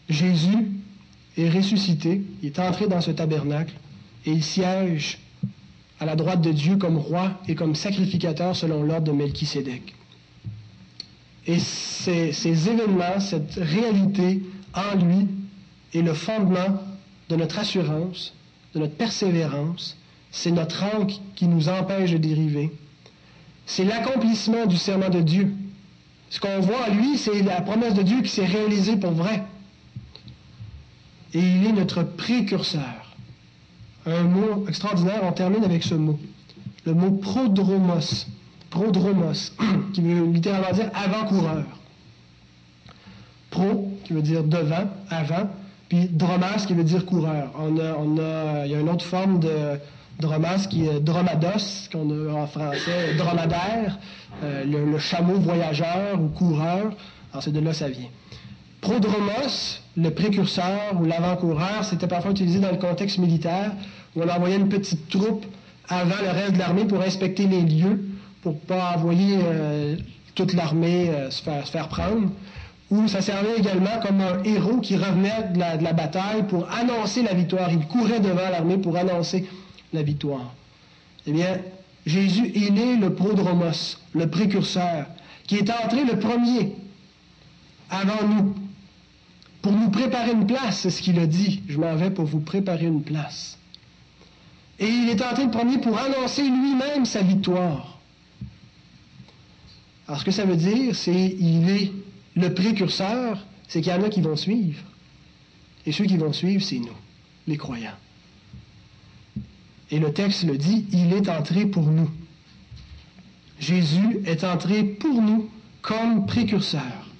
Jésus est ressuscité, il est entré dans ce tabernacle et il siège à la droite de Dieu comme roi et comme sacrificateur selon l'ordre de Melchisédek. Et ces événements, cette réalité en lui est le fondement de notre assurance, de notre persévérance. C'est notre ancre qui nous empêche de dériver. C'est l'accomplissement du serment de Dieu. Ce qu'on voit en lui, c'est la promesse de Dieu qui s'est réalisée pour vrai. Et il est notre précurseur. Un mot extraordinaire, on termine avec ce mot. Le mot prodromos. Prodromos, qui veut littéralement dire avant-coureur. Pro, qui veut dire devant, avant, puis dromas, qui veut dire coureur. Il y a une autre forme de dromas qui est dromados, qu'on a en français dromadaire, le chameau voyageur ou coureur. Alors c'est de là que ça vient. Prodromos, le précurseur ou l'avant-coureur, c'était parfois utilisé dans le contexte militaire, où on envoyait une petite troupe avant le reste de l'armée pour inspecter les lieux, pour ne pas envoyer toute l'armée se faire prendre. Ou ça servait également comme un héros qui revenait de la bataille pour annoncer la victoire. Il courait devant l'armée pour annoncer la victoire. Eh bien, Jésus, il est le prodromos, le précurseur, qui est entré le premier avant nous, pour nous préparer une place, c'est ce qu'il a dit. Je m'en vais pour vous préparer une place. Et il est entré le premier pour annoncer lui-même sa victoire. Alors, ce que ça veut dire, c'est qu'il est le précurseur, c'est qu'il y en a qui vont suivre. Et ceux qui vont suivre, c'est nous, les croyants. Et le texte le dit, il est entré pour nous. Jésus est entré pour nous comme précurseur.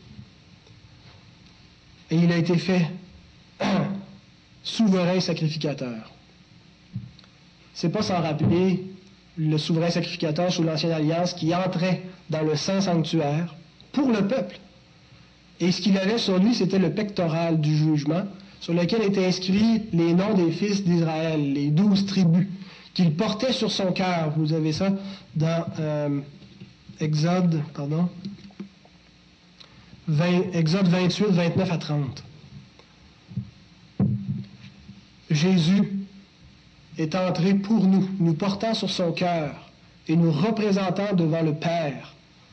Et il a été fait souverain sacrificateur. C'est pas sans rappeler le souverain sacrificateur sous l'Ancienne Alliance qui entrait dans le Saint Sanctuaire pour le peuple. Et ce qu'il avait sur lui, c'était le pectoral du jugement, sur lequel étaient inscrits les noms des fils d'Israël, les 12 tribus, qu'il portait sur son cœur. Vous avez ça dans Exode 28, 29 à 30. Jésus est entré pour nous, nous portant sur son cœur et nous représentant devant le Père.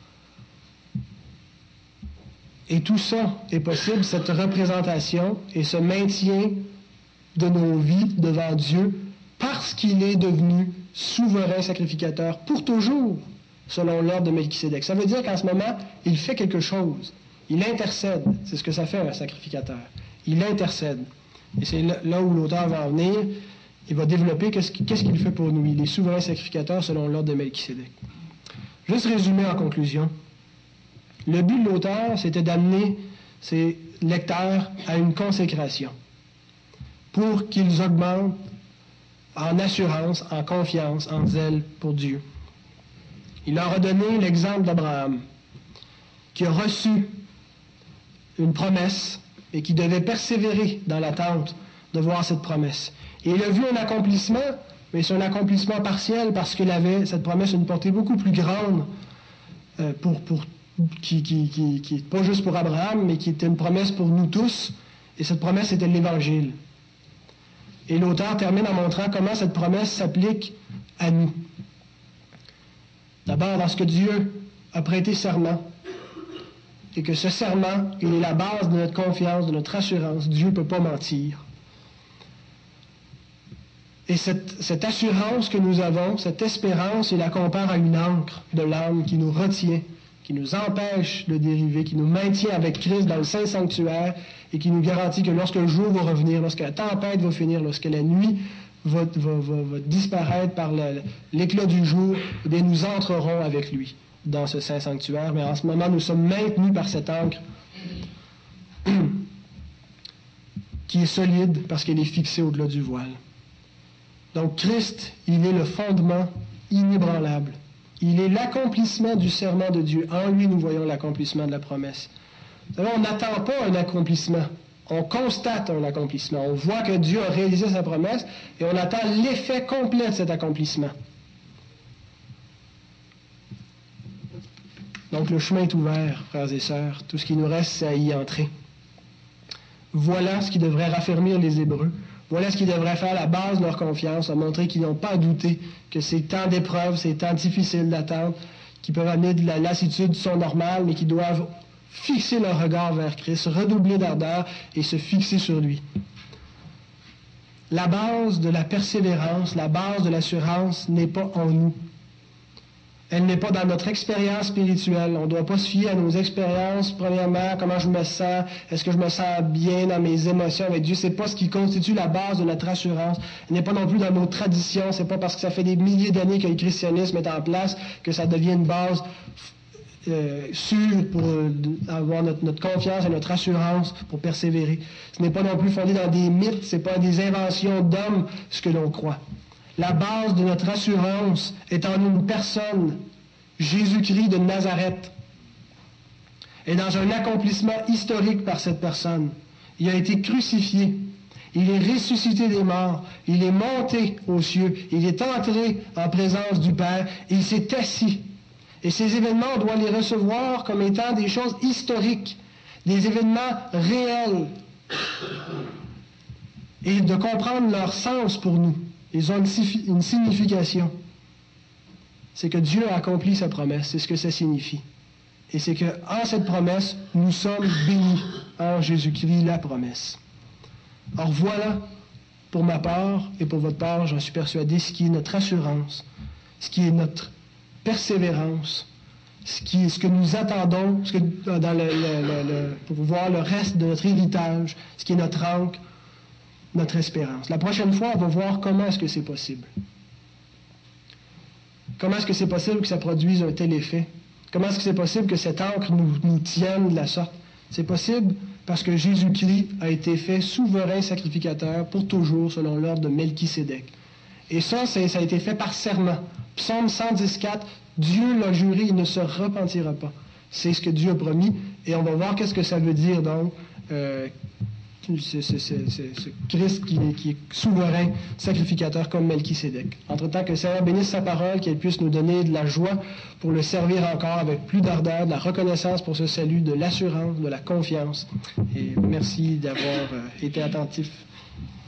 Et tout ça est possible, cette représentation et ce maintien de nos vies devant Dieu, parce qu'il est devenu souverain sacrificateur pour toujours, selon l'ordre de Melchisédek. Ça veut dire qu'en ce moment, il fait quelque chose. Il intercède. C'est ce que ça fait un sacrificateur. Il intercède. Et c'est là où l'auteur va en venir. Il va développer qu'est-ce qu'il fait pour nous. Il est souverain sacrificateur selon l'ordre de Melchisédek. Juste résumer en conclusion. Le but de l'auteur, c'était d'amener ses lecteurs à une consécration pour qu'ils augmentent en assurance, en confiance, en zèle pour Dieu. Il leur a donné l'exemple d'Abraham, qui a reçu une promesse et qui devait persévérer dans l'attente de voir cette promesse. Et il a vu un accomplissement, mais c'est un accomplissement partiel parce qu'il avait cette promesse une portée beaucoup plus grande qui n'est pas juste pour Abraham, mais qui était une promesse pour nous tous. Et cette promesse était l'Évangile. Et l'auteur termine en montrant comment cette promesse s'applique à nous. D'abord, lorsque Dieu a prêté serment, et que ce serment, il est la base de notre confiance, de notre assurance. Dieu ne peut pas mentir. Et cette assurance que nous avons, cette espérance, il la compare à une ancre de l'âme qui nous retient, qui nous empêche de dériver, qui nous maintient avec Christ dans le Saint Sanctuaire et qui nous garantit que lorsque le jour va revenir, lorsque la tempête va finir, lorsque la nuit va disparaître par l'éclat du jour, eh bien, nous entrerons avec lui dans ce Saint Sanctuaire. Mais en ce moment, nous sommes maintenus par cette ancre qui est solide parce qu'elle est fixée au-delà du voile. Donc Christ, il est le fondement inébranlable. Il est l'accomplissement du serment de Dieu. En lui, nous voyons l'accomplissement de la promesse. Vous savez, on n'attend pas un accomplissement. On constate un accomplissement. On voit que Dieu a réalisé sa promesse et on attend l'effet complet de cet accomplissement. Donc le chemin est ouvert, frères et sœurs. Tout ce qui nous reste, c'est à y entrer. Voilà ce qui devrait raffermir les Hébreux. Voilà ce qui devrait faire la base de leur confiance, à montrer qu'ils n'ont pas à douter que ces temps d'épreuve, ces temps difficiles d'attente, qui peuvent amener de la lassitude, sont normales, mais qui doivent fixer leur regard vers Christ, redoubler d'ardeur et se fixer sur lui. La base de la persévérance, la base de l'assurance n'est pas en nous. Elle n'est pas dans notre expérience spirituelle. On ne doit pas se fier à nos expériences. Premièrement, comment je me sens, est-ce que je me sens bien dans mes émotions avec Dieu? C'est pas ce qui constitue la base de notre assurance. Elle n'est pas non plus dans nos traditions. C'est pas parce que ça fait des milliers d'années que le christianisme est en place que ça devient une base sûre pour avoir notre confiance et notre assurance pour persévérer. Ce n'est pas non plus fondé dans des mythes. C'est pas des inventions d'hommes ce que l'on croit. La base de notre assurance est en une personne, Jésus-Christ de Nazareth. Et dans un accomplissement historique par cette personne, il a été crucifié, il est ressuscité des morts, il est monté aux cieux, il est entré en présence du Père, et il s'est assis. Et ces événements, on doit les recevoir comme étant des choses historiques, des événements réels, et de comprendre leur sens pour nous. Ils ont une signification. C'est que Dieu a accompli sa promesse. C'est ce que ça signifie. Et c'est qu'en cette promesse, nous sommes bénis en Jésus-Christ, la promesse. Or voilà, pour ma part et pour votre part, j'en suis persuadé, ce qui est notre assurance, ce qui est notre persévérance, ce que nous attendons pour voir le reste de notre héritage, ce qui est notre ancre, notre espérance. La prochaine fois, on va voir comment est-ce que c'est possible. Comment est-ce que c'est possible que ça produise un tel effet? Comment est-ce que c'est possible que cette encre nous tienne de la sorte? C'est possible parce que Jésus-Christ a été fait souverain sacrificateur pour toujours selon l'ordre de Melchisédek. Et ça a été fait par serment. Psaume 114, Dieu l'a juré, il ne se repentira pas. C'est ce que Dieu a promis. Et on va voir qu'est-ce que ça veut dire donc. Ce Christ qui est souverain, sacrificateur comme Melchisédek. Entre-temps, que le Seigneur bénisse sa parole, qu'elle puisse nous donner de la joie pour le servir encore avec plus d'ardeur, de la reconnaissance pour ce salut, de l'assurance, de la confiance. Et merci d'avoir été attentif.